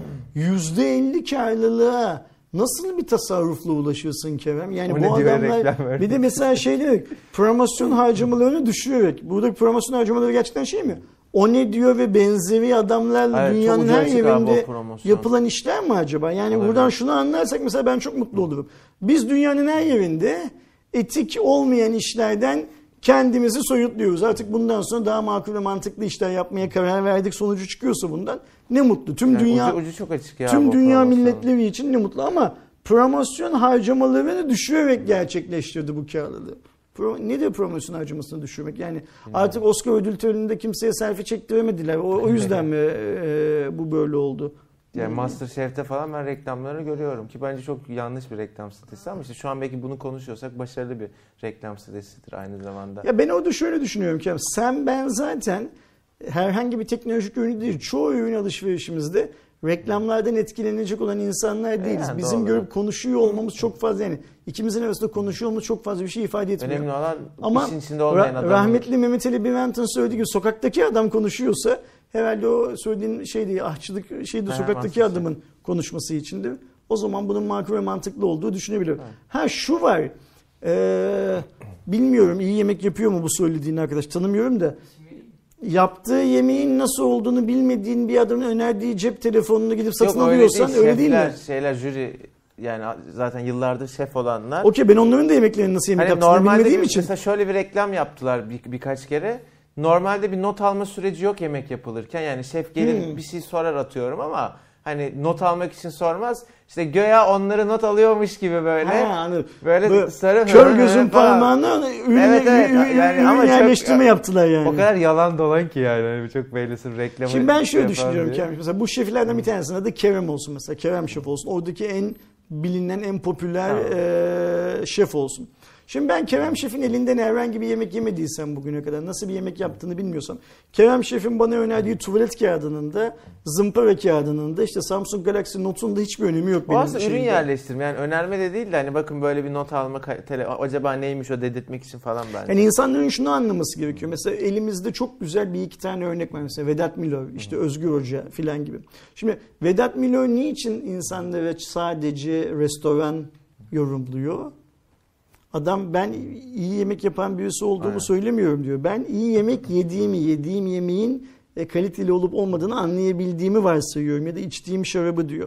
%50 karlılığa nasıl bir tasarrufla ulaşırsın Kerem? Yani bu adamlar bir de mesela demek, promosyon harcamalarını düşürerek. Buradaki promosyon harcamaları gerçekten mi? O ne diyor ve benzeri adamlarla dünyanın her yerinde yapılan işler mi acaba? Yani buradan şunu anlarsak mesela ben çok mutlu olurum. Biz dünyanın her yerinde etik olmayan işlerden kendimizi soyutluyoruz. Artık bundan sonra daha makul ve mantıklı işler yapmaya karar verdik. Sonucu çıkıyorsa bundan ne mutlu. Tüm dünya ucu çok açık ya. Tüm dünya milletleri için ne mutlu ama promosyon harcamalarını düşürerek gerçekleştirdi bu karlılığı. Nedir promosyon harcamasını düşürmek? Yani artık Oscar ödül töreninde kimseye selfie çektiremediler. O yüzden mi bu böyle oldu? Yani MasterChef'te falan ben reklamlarını görüyorum ki bence çok yanlış bir reklam stratejisi ama işte şu an belki bunu konuşuyorsak başarılı bir reklam stratejisidir aynı zamanda. Ya ben orada şöyle düşünüyorum ki ben zaten herhangi bir teknolojik ürün değil, çoğu ürün alışverişimizde reklamlardan etkilenecek olan insanlar değiliz. Yani bizim görüp konuşuyor olmamız çok fazla, yani ikimizin arasında konuşuyor olmamız çok fazla bir şey ifade etmiyor. Önemli olan ama işin içinde olmayan adam. Rahmetli Mehmet Ali Bivent'in söylediği gibi sokaktaki adam konuşuyorsa herhalde o söylediğin ahçılık sokaktaki adamın konuşması içindir. O zaman bunun makul ve mantıklı olduğu düşünebilirim. Şu var. Bilmiyorum iyi yemek yapıyor mu bu söylediğin arkadaş, tanımıyorum da. Yaptığı yemeğin nasıl olduğunu bilmediğin bir adamın önerdiği cep telefonunu gidip satın alıyorsan öyle değil mi? Jüri yani zaten yıllardır şef olanlar. Okey, ben onların da yemeklerini nasıl yemek yaptığını bilmediğim için. Mesela şöyle bir reklam yaptılar birkaç kere. Normalde bir not alma süreci yok yemek yapılırken. Yani şef gelir bir şey sorar atıyorum ama hani not almak için sormaz. İşte göya onları not alıyormuş gibi böyle. Böyle sarı kör gözün parmağına ürün yerleştirme yaptılar yani. O kadar yalan dolan ki yani. Çok belli sırf reklamı. Şimdi ben şöyle düşünüyorum Kerem. Mesela bu şeflerden bir tanesinin adı Kerem olsun mesela. Kerem şef olsun. Oradaki en bilinen, en popüler şef olsun. Şimdi ben Kerem Şef'in elinden herhangi bir yemek yemediysem bugüne kadar, nasıl bir yemek yaptığını bilmiyorsam, Kerem Şef'in bana önerdiği tuvalet kağıdının da, zımpara kağıdının da, işte Samsung Galaxy Note'un da hiçbir önemi yok benim aslında ürün yerleştirme, yani önerme de değil de hani bakın böyle bir not alma, acaba neymiş o dedirtmek için falan bence. Yani insanların şunu anlaması gerekiyor. Mesela elimizde çok güzel bir iki tane örnek var. Mesela Vedat Milor, işte Özgür Hoca filan gibi. Şimdi Vedat Milor niçin insanlara sadece restoran yorumluyor? Adam ben iyi yemek yapan birisi olduğumu söylemiyorum diyor. Ben iyi yemek yediğim yemeğin kaliteli olup olmadığını anlayabildiğimi varsayıyorum ya da içtiğim şarabı diyor.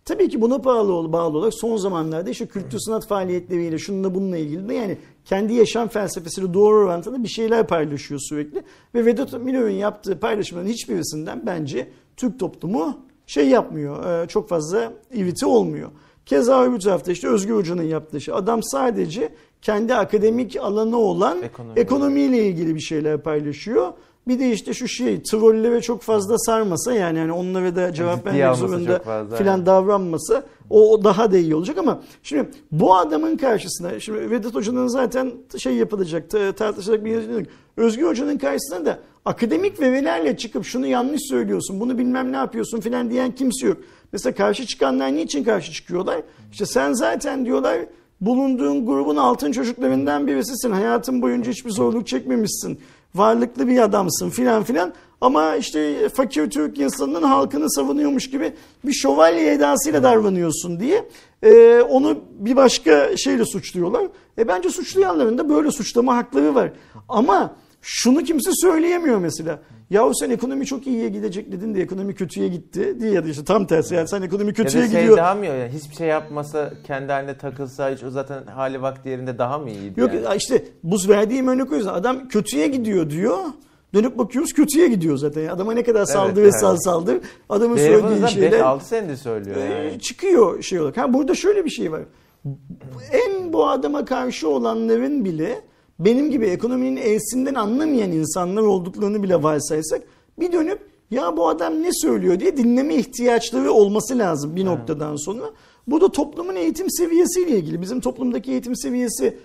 Tabii ki buna bağlı olarak son zamanlarda işte kültür sanat faaliyetleriyle şununla bununla ilgili de yani kendi yaşam felsefesiyle doğru orantılı bir şeyler paylaşıyor sürekli. Ve Vedat Milor'un yaptığı paylaşımların hiçbirisinden bence Türk toplumu yapmıyor. Çok fazla irite olmuyor. Keza öbür tarafta işte Özgür Hoca'nın yaptığı şey. Adam sadece kendi akademik alanı olan ekonomiyle ilgili bir şeyler paylaşıyor. Bir de işte şu trollere çok fazla sarmasa yani onlara da cevap vermek zorunda filan davranmasa o daha da iyi olacak ama şimdi bu adamın karşısına şimdi Vedat Hoca'nın zaten yapılacak tartışılacak bir yer yok. Özgür Hoca'nın karşısına da akademik verilerle çıkıp şunu yanlış söylüyorsun bunu bilmem ne yapıyorsun filan diyen kimse yok. Mesela karşı çıkanlar niçin karşı çıkıyorlar? İşte sen zaten diyorlar bulunduğun grubun altın çocuklarından birisisin. Hayatın boyunca hiçbir zorluk çekmemişsin. Varlıklı bir adamsın filan filan ama işte fakir Türk insanının halkını savunuyormuş gibi bir şövalye edasıyla davranıyorsun diye onu bir başka şeyle suçluyorlar. Bence suçlayanların da böyle suçlama hakları var. Ama şunu kimse söyleyemiyor mesela. Yahu sen ekonomi çok iyiye gidecek dedin de ekonomi kötüye gitti diye ya da işte tam tersi yani sen ekonomi kötüye gidiyor. Ya da daha mı iyi yani hiçbir şey yapmasa kendi haline takılsa hiç o zaten hali vakti yerinde daha mı iyiydi? Yok yani? İşte bu verdiğim örnek o yüzden adam kötüye gidiyor diyor. Dönüp bakıyoruz kötüye gidiyor zaten. Yani adama ne kadar saldır. Adamın söylediği şeyler 5-6 senedir söylüyor yani. Çıkıyor olarak. Burada şöyle bir şey var. Bu adama karşı olanların bile benim gibi ekonominin elsinden anlamayan insanlar olduklarını bile varsaysak bir dönüp ya bu adam ne söylüyor diye dinleme ihtiyaçları olması lazım bir noktadan sonra. Bu da toplumun eğitim seviyesiyle ilgili. Bizim toplumdaki eğitim seviyesi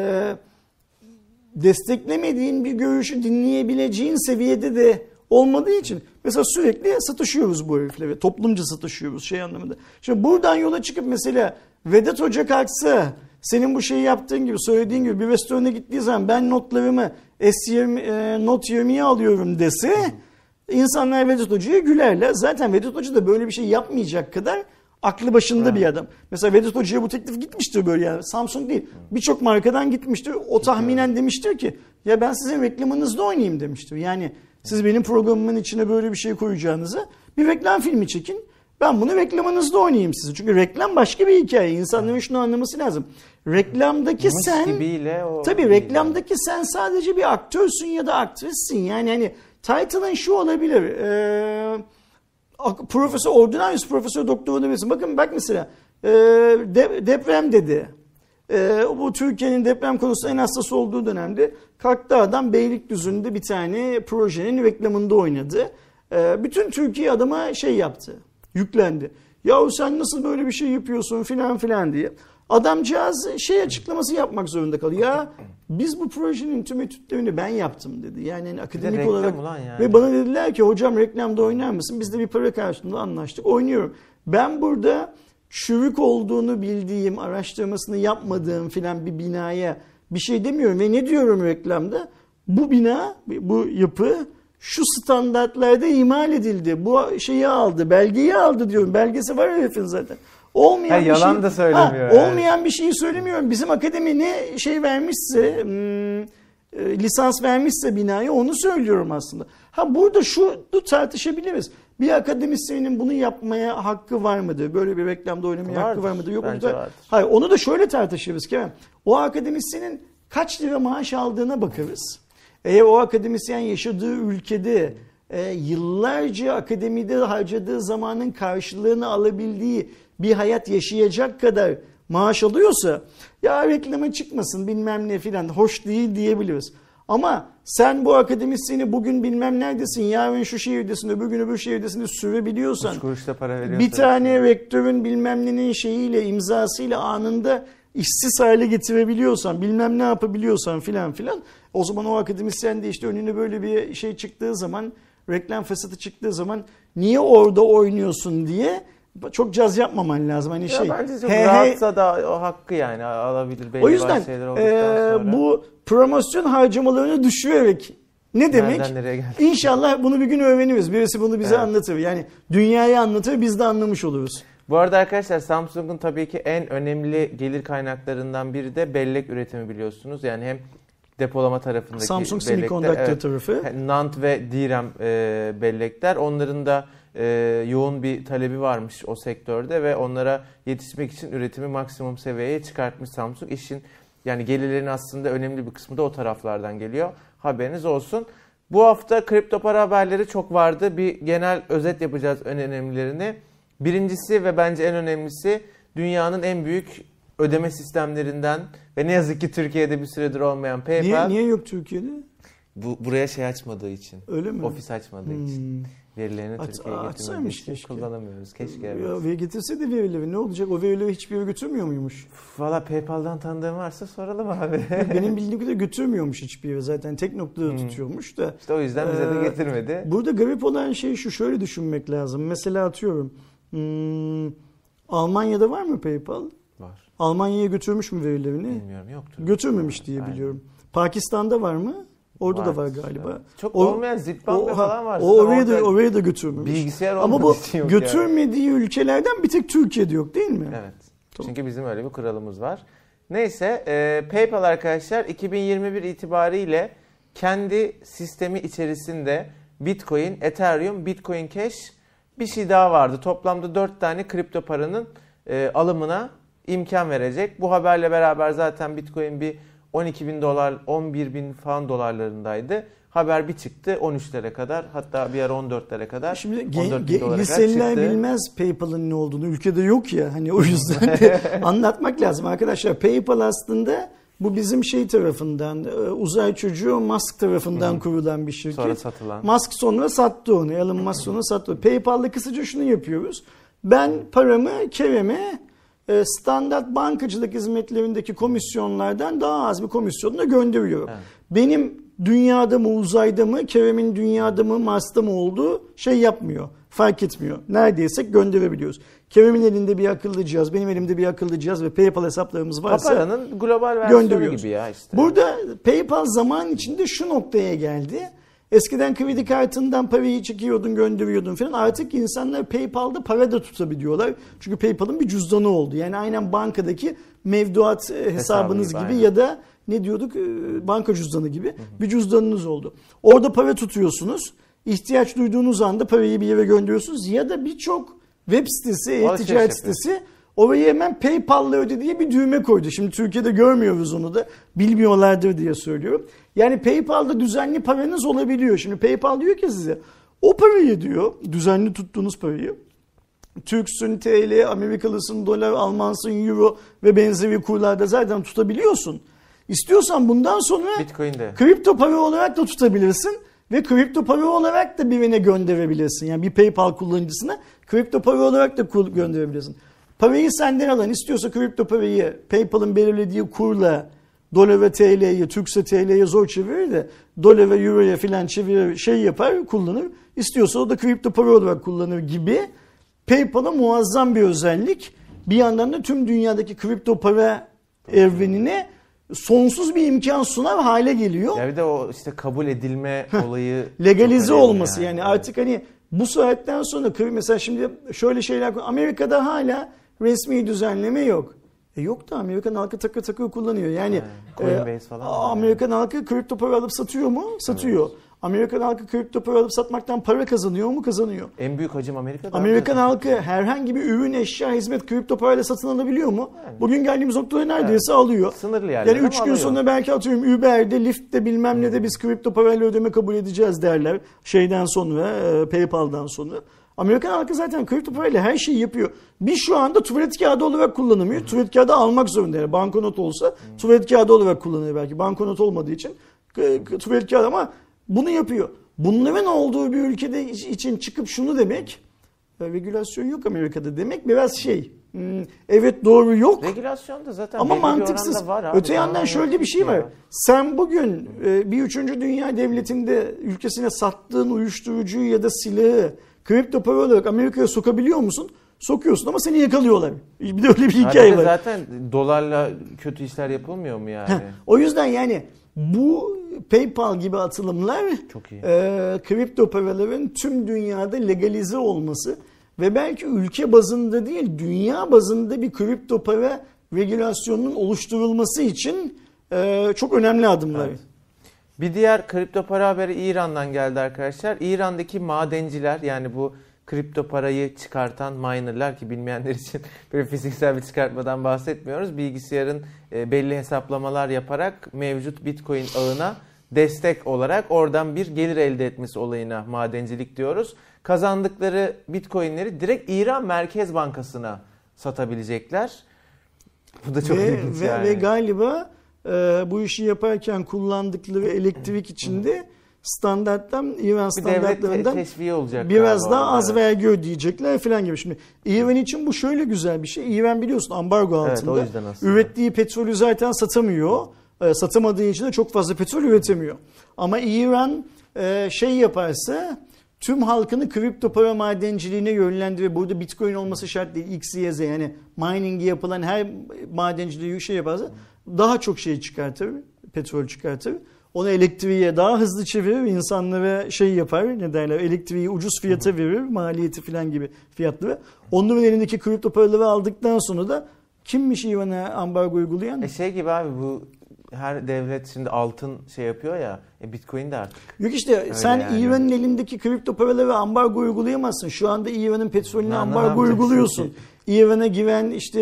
desteklemediğin bir görüşü dinleyebileceğin seviyede de olmadığı için mesela sürekli satışıyoruz bu herifle. Toplumca satışıyoruz anlamında. Şimdi buradan yola çıkıp mesela Vedat Hoca kalksa senin bu şeyi yaptığın gibi söylediğin gibi bir restorana gittiği zaman ben notlarımı Note 20'ye alıyorum dese insanlar Vedat Hoca'ya gülerler. Zaten Vedat Hoca da böyle bir şey yapmayacak kadar aklı başında bir adam. Mesela Vedat Hoca'ya bu teklif gitmiştir böyle yani. Samsung değil. Birçok markadan gitmiştir. O tahminen demiştir ki ya ben sizin reklamınızda oynayayım demiştir. Yani siz benim programımın içine böyle bir şey koyacağınıza bir reklam filmi çekin. Ben bunu reklamınızda oynayayım size. Çünkü reklam başka bir hikaye. İnsanların şunu anlaması lazım. Reklamdaki reklamdaki sen sadece bir aktörsün ya da aktrissin. Yani hani title'ın şu olabilir. Profesör, ordinarius profesör doktor olabilirsin. Bak mesela deprem dedi. Bu Türkiye'nin deprem konusunda en hassas olduğu dönemde kalktı adam Beylikdüzü'nde bir tane projenin reklamında oynadı. Bütün Türkiye adama yaptı. Yüklendi. Yahu sen nasıl böyle bir şey yapıyorsun filan filan diye. Adamcağız açıklaması yapmak zorunda kalıyor. Ya biz bu projenin tüm etütlerini ben yaptım dedi. Yani akademik olarak yani. Ve bana dediler ki hocam reklamda oynar mısın? Biz de bir para karşılığında anlaştık. Oynuyorum. Ben burada çürük olduğunu bildiğim, araştırmasını yapmadığım filan bir binaya bir şey demiyorum. Ve ne diyorum reklamda? Bu bina, bu yapı şu standartlarda imal edildi. Bu aldı, belgeyi aldı diyorum. Belgesi var herifin zaten. Olmayan bir yalan da söylemiyor. Yani. Olmayan bir şeyi söylemiyorum. Bizim akademi ne vermişse, lisans vermişse binaya onu söylüyorum aslında. Burada şunu tartışabiliriz. Bir akademisyenin bunu yapmaya hakkı var mıdır? Böyle bir reklamda oynamaya hakkı var mıdır? Yok bence vardır. Hayır, onu da şöyle tartışırız Kerem. O akademisyenin kaç lira maaş aldığına bakarız. Eğer o akademisyen yaşadığı ülkede yıllarca akademide harcadığı zamanın karşılığını alabildiği bir hayat yaşayacak kadar maaş alıyorsa ya reklama çıkmasın bilmem ne filan hoş değil diyebiliriz. Ama sen bu akademisyeni bugün bilmem neredesin, yarın şu şehirdesin, öbür gün öbür şehirdesin de sürebiliyorsan, bir tane rektörün bilmem nenin imzasıyla anında işsiz hale getirebiliyorsan, bilmem ne yapabiliyorsan filan filan, o zaman o akademisyen de işte önüne böyle bir şey çıktığı zaman, reklam fırsatı çıktığı zaman niye orada oynuyorsun diye çok caz yapmaman lazım. Hani bence çok rahatsa da o hakkı yani alabilir belli o yüzden şeyler olduktan sonra. Bu promosyon harcamalarını düşürerek ne demek? İnşallah bunu bir gün öğreniriz. Birisi bunu bize anlatır. Yani dünyaya anlatır, biz de anlamış oluruz. Bu arada arkadaşlar Samsung'un tabii ki en önemli gelir kaynaklarından biri de bellek üretimi biliyorsunuz. Yani hem depolama tarafındaki Samsung bellekler, Semiconductor tarafı. NAND ve DRAM bellekler. Onların da yoğun bir talebi varmış o sektörde ve onlara yetişmek için üretimi maksimum seviyeye çıkartmış Samsung. İşin yani gelirlerin aslında önemli bir kısmı da o taraflardan geliyor. Haberiniz olsun. Bu hafta kripto para haberleri çok vardı. Bir genel özet yapacağız en önemlilerini. Birincisi ve bence en önemlisi dünyanın en büyük ödeme sistemlerinden ve ne yazık ki Türkiye'de bir süredir olmayan PayPal. Niye yok Türkiye'de? Buraya şey açmadığı için. Öyle mi? Ofis açmadığı için. Verilerini Türkiye'ye getirmediği için kullanamıyoruz. Keşke. Evet. Ya, getirse de verileri ne olacak? O verileri hiçbir yere götürmüyor muymuş? Valla PayPal'dan tanıdığın varsa soralım abi. Benim bildiğim kadar götürmüyormuş hiçbir yere. Zaten tek noktada tutuyormuş da. İşte o yüzden bize de getirmedi. Burada garip olan şey şu, şöyle düşünmek lazım. Mesela atıyorum Almanya'da var mı PayPal? Var. Almanya'ya götürmüş mü verilerini? Bilmiyorum, yoktur. Götürmemiş diye biliyorum. Pakistan'da var mı? Orada da var galiba. Evet. Çok olmayan Zipbank falan var. Oraya da götürmemiş. Bilgisayar ama bu götürmediği ülkelerden bir tek Türkiye'de yok değil mi? Evet. Tamam. Çünkü bizim öyle bir kuralımız var. Neyse PayPal arkadaşlar 2021 itibariyle kendi sistemi içerisinde Bitcoin, Ethereum, Bitcoin Cash bir şey daha vardı. Toplamda 4 tane kripto paranın alımına imkan verecek. Bu haberle beraber zaten Bitcoin bir 12 bin dolar, 11 bin falan dolarlarındaydı. Haber bir çıktı 13'lere kadar, hatta bir ara 14'lere kadar. Şimdi liseliler bilmez PayPal'ın ne olduğunu. Ülkede yok ya, hani o yüzden anlatmak lazım arkadaşlar. PayPal aslında bu bizim şey tarafından, uzay çocuğu Musk tarafından kurulan bir şirket. Sonra satılan. Musk sonra sattı onu. Elon Musk sonra sattı. PayPal'da kısaca şunu yapıyoruz. Ben paramı Kerem'e standart bankacılık hizmetlerindeki komisyonlardan daha az bir komisyonla gönderiyorum. Evet. Benim dünyada mı, uzayda mı, Kerem'in dünyada mı, Mars'ta mı olduğu şey yapmıyor. Fark etmiyor. Neredeyse gönderebiliyoruz. Kerem'in elinde bir akıllı cihaz, benim elimde bir akıllı cihaz ve PayPal hesaplarımız varsa Paranın global versiyonu gibi ya işte. Burada PayPal zaman içinde şu noktaya geldi. Eskiden kredi kartından parayı çekiyordun, gönderiyordun falan. Artık insanlar PayPal'da para da tutabiliyorlar. Çünkü PayPal'ın bir cüzdanı oldu. Yani aynen bankadaki mevduat hesabınız gibi ya da ne diyorduk, banka cüzdanı gibi bir cüzdanınız oldu. Orada para tutuyorsunuz. İhtiyaç duyduğunuz anda parayı bir yere gönderiyorsunuz. Ya da birçok web sitesi, e-ticaret sitesi oraya hemen PayPal'la öde diye bir düğme koydu. Şimdi Türkiye'de görmüyoruz onu da, bilmiyorlardır diye söylüyorum. Yani PayPal'da düzenli paranız olabiliyor. Şimdi PayPal diyor ki size o parayı diyor, düzenli tuttuğunuz parayı, Türksün, TL, Amerikalısın, dolar, Almansın, Euro ve benzeri kurlarda zaten tutabiliyorsun. İstiyorsan bundan sonra Bitcoin'de kripto para olarak da tutabilirsin ve kripto para olarak da birine gönderebilirsin. Yani bir PayPal kullanıcısına kripto para olarak da gönderebilirsin. Parayı senden alan istiyorsa kripto parayı PayPal'ın belirlediği kurla dolar ve TL'ye, Türkse TL'ye zor çevirir de dolar ve Euro'ya filan çevirir, şey yapar, kullanır. İstiyorsa o da kripto para olarak kullanır gibi PayPal'a muazzam bir özellik. Bir yandan da tüm dünyadaki kripto para evrenine sonsuz bir imkan sunar hale geliyor. Ya bir de o işte kabul edilme olayı legalize olması yani artık hani bu saatten sonra mesela şimdi şöyle şeyler, Amerika'da hala resmi düzenleme yok. Yok da Amerikan halkı takır takır kullanıyor. Yani Coinbase falan. Amerikan halkı kripto para alıp satıyor mu? Satıyor. Evet. Amerikan halkı kripto para alıp satmaktan para kazanıyor mu? Kazanıyor. En büyük hacim Amerika'da. Amerikan halkı herhangi bir ürün, eşya, hizmet kripto parayla satın alabiliyor mu? Yani. Bugün geldiğimiz noktada neredeyse alıyor. Sınırlı yerler. Yani 3 gün sonra belki atıyorum Uber'de, Lyft'te bilmem ne de biz kripto parayla ödeme kabul edeceğiz derler. Şeyden sonra, PayPal'dan sonra. Amerikan halkı zaten kripto parayla her şeyi yapıyor. Biz şu anda tuvalet kağıdı olarak kullanamıyor. Tuvalet kağıdı almak zorunda. Yani banknot olsa tuvalet kağıdı olarak kullanır belki. Banknot olmadığı için tuvalet kağıdı ama bunu yapıyor. Bunların olduğu bir ülkede için çıkıp şunu demek, regülasyon yok Amerika'da demek biraz şey. Evet doğru yok. Regülasyon da zaten ama mantıksız. Var abi. Öte yandan şöyle bir şey var. Sen bugün bir 3. dünya devletinde ülkesine sattığın uyuşturucuyu ya da silahı kripto para olarak Amerika'ya sokabiliyor musun? Sokuyorsun ama seni yakalıyorlar. Bir de öyle bir hikaye var. Zaten dolarla kötü işler yapılmıyor mu yani? O yüzden yani bu PayPal gibi atılımlar çok iyi. Kripto paraların tüm dünyada legalize olması ve belki ülke bazında değil dünya bazında bir kripto para regülasyonunun oluşturulması için çok önemli adımlar. Evet. Bir diğer kripto para haberi İran'dan geldi arkadaşlar. İran'daki madenciler, yani bu kripto parayı çıkartan minerlar, ki bilmeyenler için böyle fiziksel bir çıkartmadan bahsetmiyoruz. Bilgisayarın belli hesaplamalar yaparak mevcut Bitcoin ağına destek olarak oradan bir gelir elde etmesi olayına madencilik diyoruz. Kazandıkları Bitcoin'leri direkt İran Merkez Bankası'na satabilecekler. Bu da çok ilginç yani. Ve galiba bu işi yaparken kullandıkları elektrik içinde standarttan, İran standartlarından biraz daha az vergi ödeyecekler falan gibi. Şimdi İran için bu şöyle güzel bir şey. İran biliyorsun ambargo altında. Evet, ürettiği petrolü zaten satamıyor. Satamadığı için de çok fazla petrol üretemiyor. Ama İran şey yaparsa tüm halkını kripto para madenciliğine yönlendirir. Burada Bitcoin olması şart değil. X, Y, Z, yani mining'i yapılan her madenciliği şey yaparsa daha çok şey çıkartır. Petrol çıkartır. Onu elektriğe daha hızlı çevirir. İnsanlara şey yapar. Ne derler? Elektriği ucuz fiyata verir. Maliyeti falan gibi fiyatları. Onların elindeki kripto paraları aldıktan sonra da kimmiş İran'a ambargo uygulayan? Şey gibi abi, bu her devlet şimdi altın şey yapıyor ya, Bitcoin de artık. Yok işte öyle sen yani. İran'ın elindeki kripto paraları ambargo uygulayamazsın. Şu anda İran'ın petrolüne ambargo uyguluyorsun. İran'a giren işte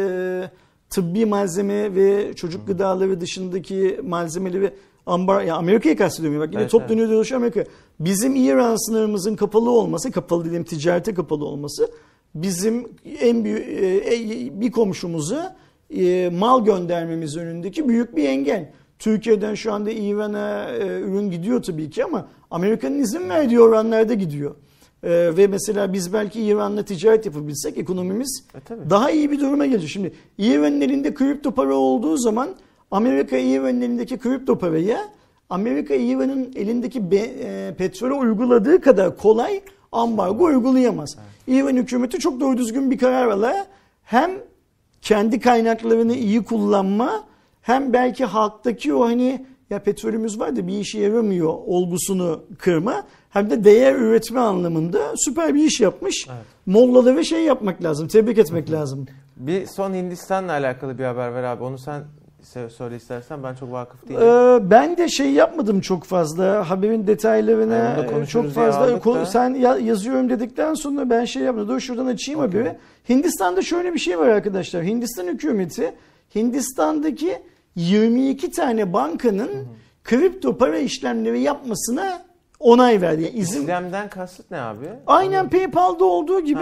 tıbbi malzeme ve çocuk gıdaları dışındaki malzemeleri yani Amerika'ya kastediyorum. Bak yine evet, top dönüyor dolaşıyor Amerika. Bizim İran sınırımızın kapalı olması, kapalı dediğim ticarete kapalı olması, bizim en büyük bir komşumuza mal göndermemiz önündeki büyük bir engel. Türkiye'den şu anda İran'a ürün gidiyor tabii ki ama Amerika'nın izin verdiği oranlarda gidiyor. Ve mesela biz belki İran'la ticaret yapabilsek ekonomimiz daha iyi bir duruma gelecek. Şimdi İran'ın elinde kripto para olduğu zaman Amerika İran'ın elindeki kripto paraya Amerika İran'ın elindeki petrole uyguladığı kadar kolay ambargo uygulayamaz. Evet. İran hükümeti çok doğru düzgün bir karar alır. Hem kendi kaynaklarını iyi kullanma, hem belki halktaki o hani ya petrolümüz var da bir işe yaramıyor olgusunu kırma, hem de değer üretme anlamında süper bir iş yapmış. Evet. Mollalı ve şey yapmak lazım, tebrik etmek lazım. Bir son Hindistan'la alakalı bir haber ver abi, onu sen söyle istersen, ben çok vakıf değilim. Ben de şey yapmadım çok fazla, haberin detaylarına çok fazla. Sen yazıyorum dedikten sonra ben şey yapmadım. Dur şuradan açayım haberi. Hindistan'da şöyle bir şey var arkadaşlar. Hindistan hükümeti Hindistan'daki 22 tane bankanın kripto para işlemleri yapmasına onay verdi. Yani İşlemden kasıt ne abi? Aynen PayPal'da olduğu gibi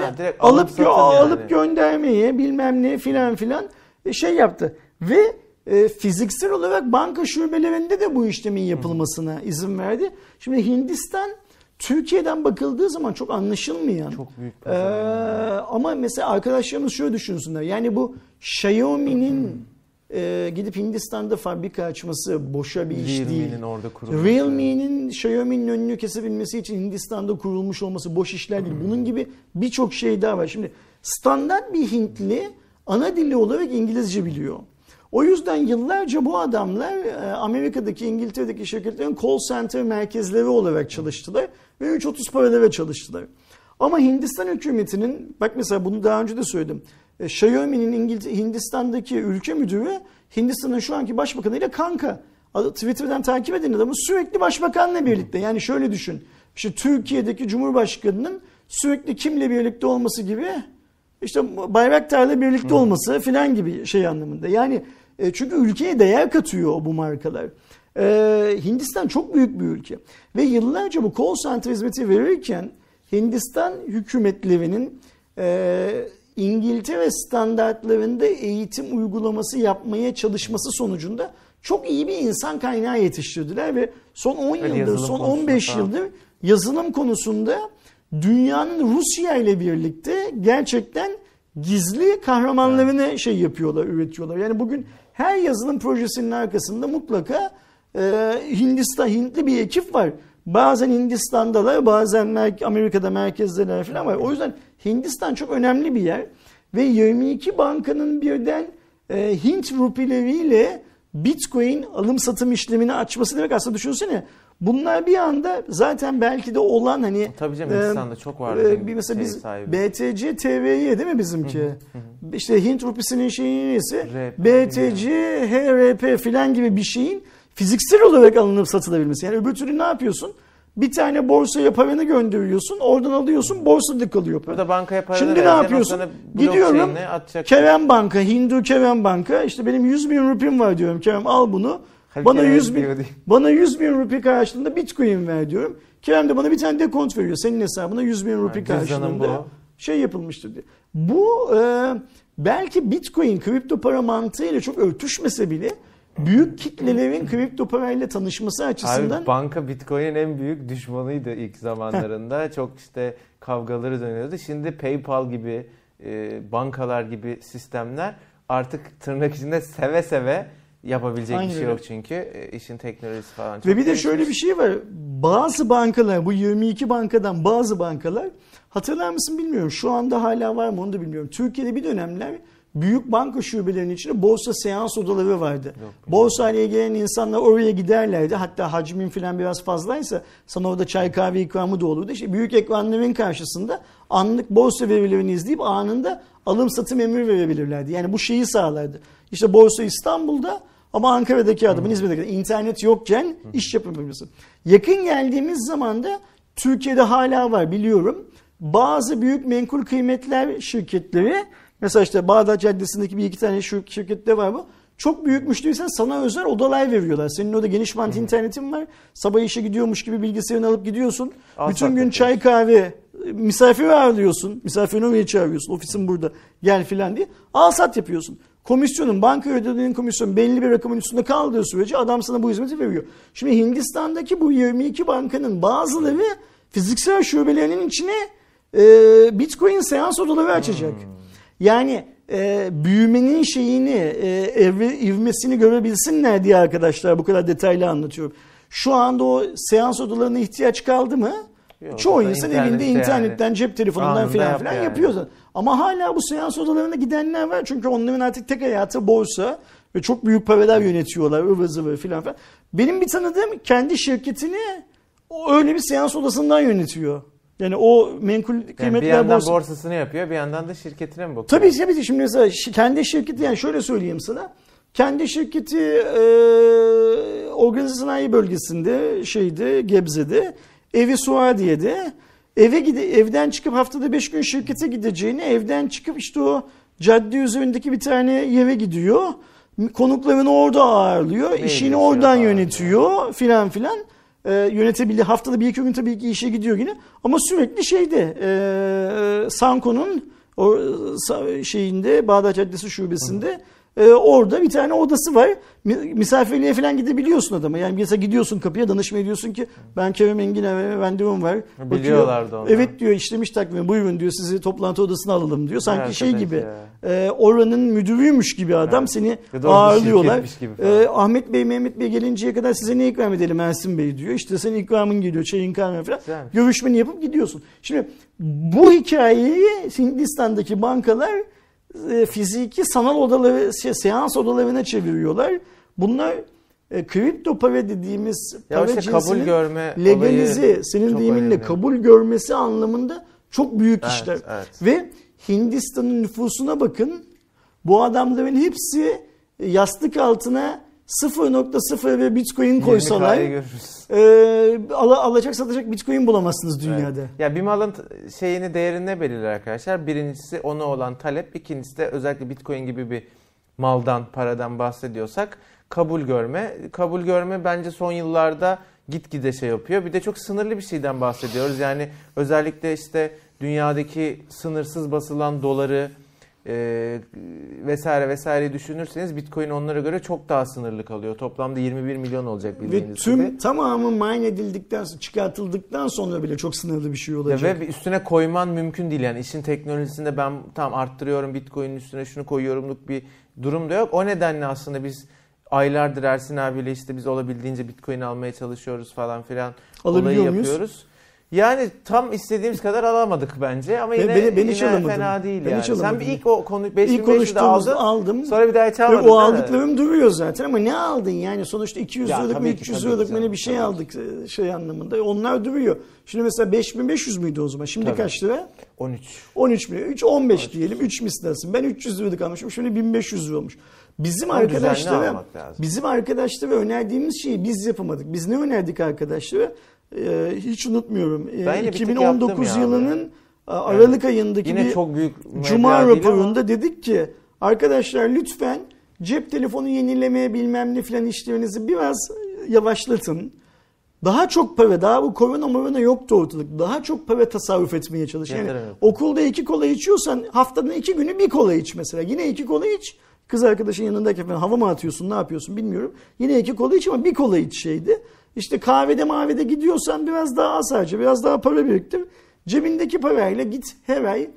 alıp göndermeye bilmem ne filan şey yaptı. Ve fiziksel olarak banka şubelerinde de bu işlemin yapılmasına izin verdi. Şimdi Hindistan Türkiye'den bakıldığı zaman çok anlaşılmayan. Çok büyük pazar. Ama mesela arkadaşlarımız şöyle düşünsünler. Yani bu Xiaomi'nin gidip Hindistan'da fabrika açması boşa bir iş değil. Realme'nin Xiaomi'nin önünü kesebilmesi için Hindistan'da kurulmuş olması boş işler değil. Bunun gibi birçok şey daha var. Şimdi standart bir Hintli ana dili olarak İngilizce biliyor. O yüzden yıllarca bu adamlar Amerika'daki, İngiltere'deki şirketlerin call center merkezleri olarak çalıştılar ve 3.30 paralara çalıştılar. Ama Hindistan hükümetinin, bak mesela bunu daha önce de söyledim, Xiaomi'nin Hindistan'daki ülke müdürü Hindistan'ın şu anki başbakanıyla kanka. Twitter'dan takip edin adamı, sürekli başbakanla birlikte. Yani şöyle düşün, işte Türkiye'deki Cumhurbaşkanı'nın sürekli kimle birlikte olması gibi, işte Bayraktar'la birlikte olması filan gibi şey anlamında. Yani çünkü ülkeye değer katıyor bu markalar. Hindistan çok büyük bir ülke. Ve yıllarca bu call center hizmeti verirken Hindistan hükümetlerinin İngiltere standartlarında eğitim uygulaması yapmaya çalışması sonucunda çok iyi bir insan kaynağı yetiştirdiler ve son 10 yıldır, son 15 yıldır yazılım konusunda dünyanın Rusya ile birlikte gerçekten gizli kahramanlarını şey yapıyorlar, üretiyorlar. Yani bugün her yazılım projesinin arkasında mutlaka Hintli bir ekip var. Bazen Hindistan'dalar, bazen Amerika'da merkezdeler falan var. O yüzden Hindistan çok önemli bir yer. Ve 22 bankanın birden Hint rupileriyle Bitcoin alım satım işlemini açması demek, aslında düşünsene. Bunlar bir anda zaten belki de olan hani... Tabii canım, Hindistan'da çok vardı. Mesela biz BTC TV'ye değil mi bizimki? İşte Hint rupisinin şeyi neyse BTC, HRP filan gibi bir şeyin fiziksel olarak alınıp satılabilmesi. Yani öbür türlü ne yapıyorsun? Bir tane borsaya paranı gönderiyorsun, oradan alıyorsun, borsada kalıyor para. Burada bankaya paranı Şimdi ne yapıyorsun? Gidiyorum Kerem Banka, Hindu Kerem Banka, işte benim 100.000 rupim var diyorum. Kerem al bunu. Bana 100.000 rupi karşılığında Bitcoin ver diyorum. Kerem de bana bir tane dekont veriyor. Senin hesabına 100.000 rupi karşılığında şey yapılmıştır diye. Bu belki Bitcoin kripto para mantığıyla çok örtüşmese bile büyük kitlelerin kripto parayla tanışması açısından... Abi banka Bitcoin'in en büyük düşmanıydı ilk zamanlarında. Çok işte kavgaları dönüyordu. Şimdi PayPal gibi, bankalar gibi sistemler artık tırnak içinde seve seve yapabilecek bir şey yok çünkü. İşin teknolojisi falan çok ve bir de şöyle bir şey var. Bazı bankalar, bu 22 bankadan bazı bankalar, hatırlar mısın bilmiyorum. Şu anda hala var mı onu da bilmiyorum. Türkiye'de bir dönemler büyük banka şubelerinin içinde borsa seans odaları vardı. Borsayla gelen insanlar oraya giderlerdi. Hatta hacmin falan biraz fazlaysa sana orada çay kahve ikramı da olurdu. İşte büyük ekranların karşısında anlık borsa verilerini izleyip anında alım satım emri verebilirlerdi. Yani bu şeyi sağlardı. İşte Borsa İstanbul'da ama Ankara'daki adamın, İzmir'deki internet yokken iş yapabilirsin. Yakın geldiğimiz zaman da Türkiye'de hala var biliyorum. Bazı büyük menkul kıymetler şirketleri, mesela işte Bağdat Caddesi'ndeki bir iki tane şirkette var bu. Çok büyük müşteriysen sana özel odalar veriyorlar. Senin orada geniş bant internetin var. Sabah işe gidiyormuş gibi bilgisayarını alıp gidiyorsun. Bütün gün çay kahve, misafir ağırlıyorsun. Misafirini oraya çağırıyorsun. Ofisin burada gel filan diye. Al sat yapıyorsun. Komisyonun, banka ödediğin komisyon belli bir rakamın üstünde kaldığı sürece adam sana bu hizmeti veriyor. Şimdi Hindistan'daki bu 22 bankanın bazıları fiziksel şubelerinin içine Bitcoin seans odaları açacak. Yani büyümenin şeyini, ivmesini görebilsinler diye arkadaşlar bu kadar detaylı anlatıyorum. Şu anda o seans odalarına ihtiyaç kaldı mı? Yok, çoğu insan evinde internetten, cep telefonundan filan yani. Yapıyor zaten. Ama hala bu seans odalarına gidenler var. Çünkü onların artık tek hayatı borsa ve çok büyük paralar yönetiyorlar. Ivır zıvır filan. Benim bir tanıdığım kendi şirketini öyle bir seans odasından yönetiyor. Yani o menkul kıymetler yani bir yandan borsasını yapıyor, bir yandan da şirketine mi bakıyor? Tabii şimdi mesela kendi şirketi, yani şöyle söyleyeyim sana. Kendi şirketi organize sanayi bölgesinde Gebze'de, evi Suadiye'de, evden çıkıp haftada 5 gün şirkete gideceğini, evden çıkıp işte o cadde üzerindeki bir tane yere gidiyor. Konuklarını orada ağırlıyor, işini oradan yönetiyor filan. Yönetebildiği haftada bir iki gün tabii ki işe gidiyor yine ama sürekli Sanko'nun o şeyinde, Bağdat Caddesi şubesinde orada bir tane odası var. Misafirliğe falan gidebiliyorsun adama. Yani mesela gidiyorsun kapıya, danışmaya diyorsun ki ben Kerem Engin'e randevum var. Biliyorlardı onu. Evet diyor, işlemiş takvimi, buyurun diyor, sizi toplantı odasına alalım diyor. Sanki şey gibi oranın müdürüymüş gibi adam, seni ağırlıyorlar. Ahmet Bey, Mehmet Bey gelinceye kadar size ne ikram edelim Ersin Bey diyor. İşte senin ikramın geliyor, çayın kahve falan. Güzelmiş. Görüşmeni yapıp gidiyorsun. Şimdi bu hikayeyi Hindistan'daki bankalar fiziki sanal odaları, seans odalarına çeviriyorlar. Bunlar kripto para dediğimiz para işte cinsinin görme legalize, senin deyiminle kabul görmesi anlamında çok büyük işler. Evet. Ve Hindistan'ın nüfusuna bakın. Bu adamların hepsi yastık altına 0.0 ve Bitcoin koysalar alacak satacak Bitcoin bulamazsınız dünyada. Evet. Ya bir malın değerini ne belirler arkadaşlar? Birincisi ona olan talep, ikincisi de özellikle Bitcoin gibi bir maldan, paradan bahsediyorsak kabul görme. Kabul görme bence son yıllarda gitgide yapıyor. Bir de çok sınırlı bir şeyden bahsediyoruz. Yani özellikle işte dünyadaki sınırsız basılan doları vesaireyi düşünürseniz Bitcoin onlara göre çok daha sınırlı kalıyor. Toplamda 21 milyon olacak bildiğiniz gibi. Ve tüm tamamı mine edildikten sonra, çıkartıldıktan sonra bile çok sınırlı bir şey olacak. Ve üstüne koyman mümkün değil. Yani işin teknolojisinde ben arttırıyorum, Bitcoin'in üstüne şunu koyuyorumluk bir durum da yok. O nedenle aslında biz aylardır Ersin abiyle işte biz olabildiğince Bitcoin almaya çalışıyoruz falan filan. Olayı yapıyoruz. Yani tam istediğimiz kadar alamadık bence ama yine fena değil yani. Sen bir ilk o konu 5500'de aldın. Sonra bir daha hiç almadın. O aldıklarım duruyor zaten ama ne aldın yani? Sonuçta 200 liralık mı 300 liralık mı bir şey aldık anlamında. Onlar duruyor. Şimdi mesela 5500 müydü o zaman? Şimdi kaç lira? 13 mi? 15 diyelim. 3 mislasın. Ben 300 liralık almışım. Şimdi 1500 lira olmuş. Bizim arkadaşlara önerdiğimiz şeyi biz yapamadık. Biz ne önerdik arkadaşlara? Hiç unutmuyorum. Ben yine bir tık 2019 yaptım ya yılının Aralık ayındaki Yine bir çok büyük Cuma meblağ değil raporunda ama dedik ki arkadaşlar lütfen cep telefonu yenilemeye bilmem ne filan işlerinizi biraz yavaşlatın. Daha çok para, daha bu korona yoktu ortalık. Daha çok para tasarruf etmeye çalış. Yani okulda 2 kola içiyorsan haftanın 2 günü 1 kola iç mesela. Yine 2 kola iç. Kız arkadaşın yanındayken falan hava mı atıyorsun, ne yapıyorsun bilmiyorum. Yine 2 kola iç ama 1 kola iç şeydi. İşte kahvede gidiyorsan biraz daha az harca, biraz daha para biriktir. Cebindeki parayla git her ay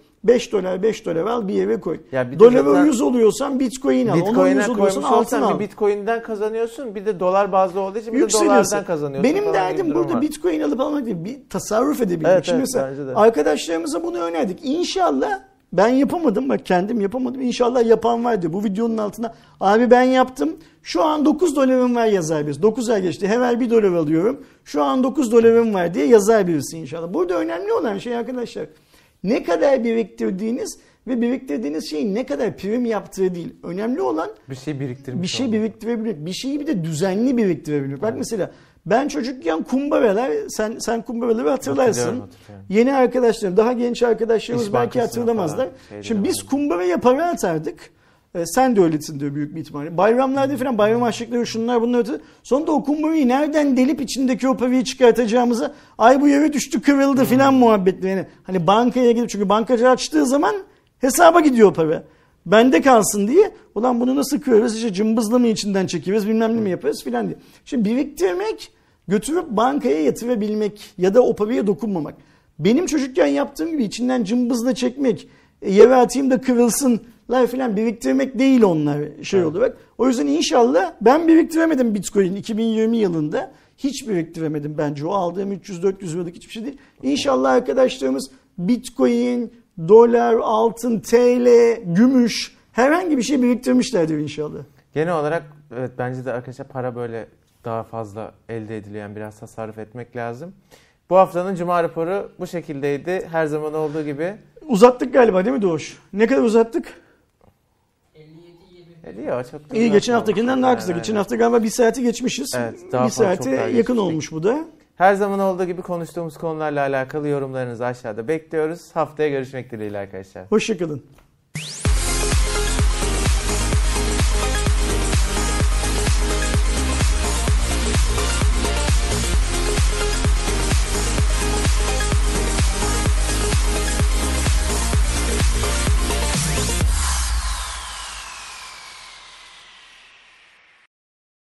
$5 al bir yere koy. Dolara 100 oluyorsan Bitcoin al. Ona 100 oluyorsan altın al. Bir Bitcoin'den kazanıyorsun, bir de dolar bazlı olduğu için bir de dolardan kazanıyorsun. Benim derdim burada Bitcoin alıp almak değil, bir tasarruf edebilmek. Evet, şimdi mesela arkadaşlarımıza bunu önerdik. İnşallah ben yapamadım, bak kendim yapamadım. İnşallah yapan vardı. Bu videonun altına abi ben yaptım. Şu an $9 var yazar birisi. 9 ay geçti. Her ay $1 alıyorum. Şu an $9 var diye yazar birisi inşallah. Burada önemli olan şey arkadaşlar, ne kadar biriktirdiğiniz ve biriktirdiğiniz şeyin ne kadar prim yaptığı değil. Önemli olan bir şey biriktirmek. Bir şey biriktirebilmek. Bir şeyi bir de düzenli biriktirebilmek. Bak mesela ben çocukken kumbaralar, sen kumbaraları hatırlarsın. Yeni arkadaşlarım, daha genç arkadaşlarımız belki hatırlamazlar. Şimdi biz kumbaraya para atardık. Sen de öylesin diyor büyük bir ihtimalle. Bayramlarda falan bayram harçlıkları şunlar bunlar ötürü. Sonunda o kumbarayı nereden delip içindeki o parayı çıkartacağımızı ay bu yere düştü kırıldı filan muhabbetleri. Yani hani bankaya gidip, çünkü bankacı açtığı zaman hesaba gidiyor para. Bende kalsın diye. Ulan bunu nasıl kırarız, işte cımbızla mı içinden çekeriz bilmem ne mi yaparız filan diye. Şimdi biriktirmek, götürüp bankaya yatırabilmek ya da o paraya dokunmamak. Benim çocukken yaptığım gibi içinden cımbızla çekmek, yere atayım da kırılsınlar filan biriktirmek değil onlar olarak. O yüzden inşallah ben biriktiremedim Bitcoin 2020 yılında. Hiç biriktiremedim bence. O aldığım 300-400 liralık hiçbir şey değil. İnşallah arkadaşlarımız Bitcoin, dolar, altın, TL, gümüş herhangi bir şey biriktirmişlerdir inşallah. Genel olarak evet, bence de arkadaşlar para böyle daha fazla elde ediliyor. Yani biraz tasarruf etmek lazım. Bu haftanın Cuma raporu bu şekildeydi. Her zaman olduğu gibi. Uzattık galiba değil mi Doğuş? Ne kadar uzattık? 57-20. Çok İyi, geçen haftakinden daha kısa. Geçen hafta galiba 1 saati geçmişiz. Evet, daha bir saate yakın olmuş bu da. Her zaman olduğu gibi konuştuğumuz konularla alakalı yorumlarınızı aşağıda bekliyoruz. Haftaya görüşmek dileğiyle arkadaşlar. Hoşçakalın.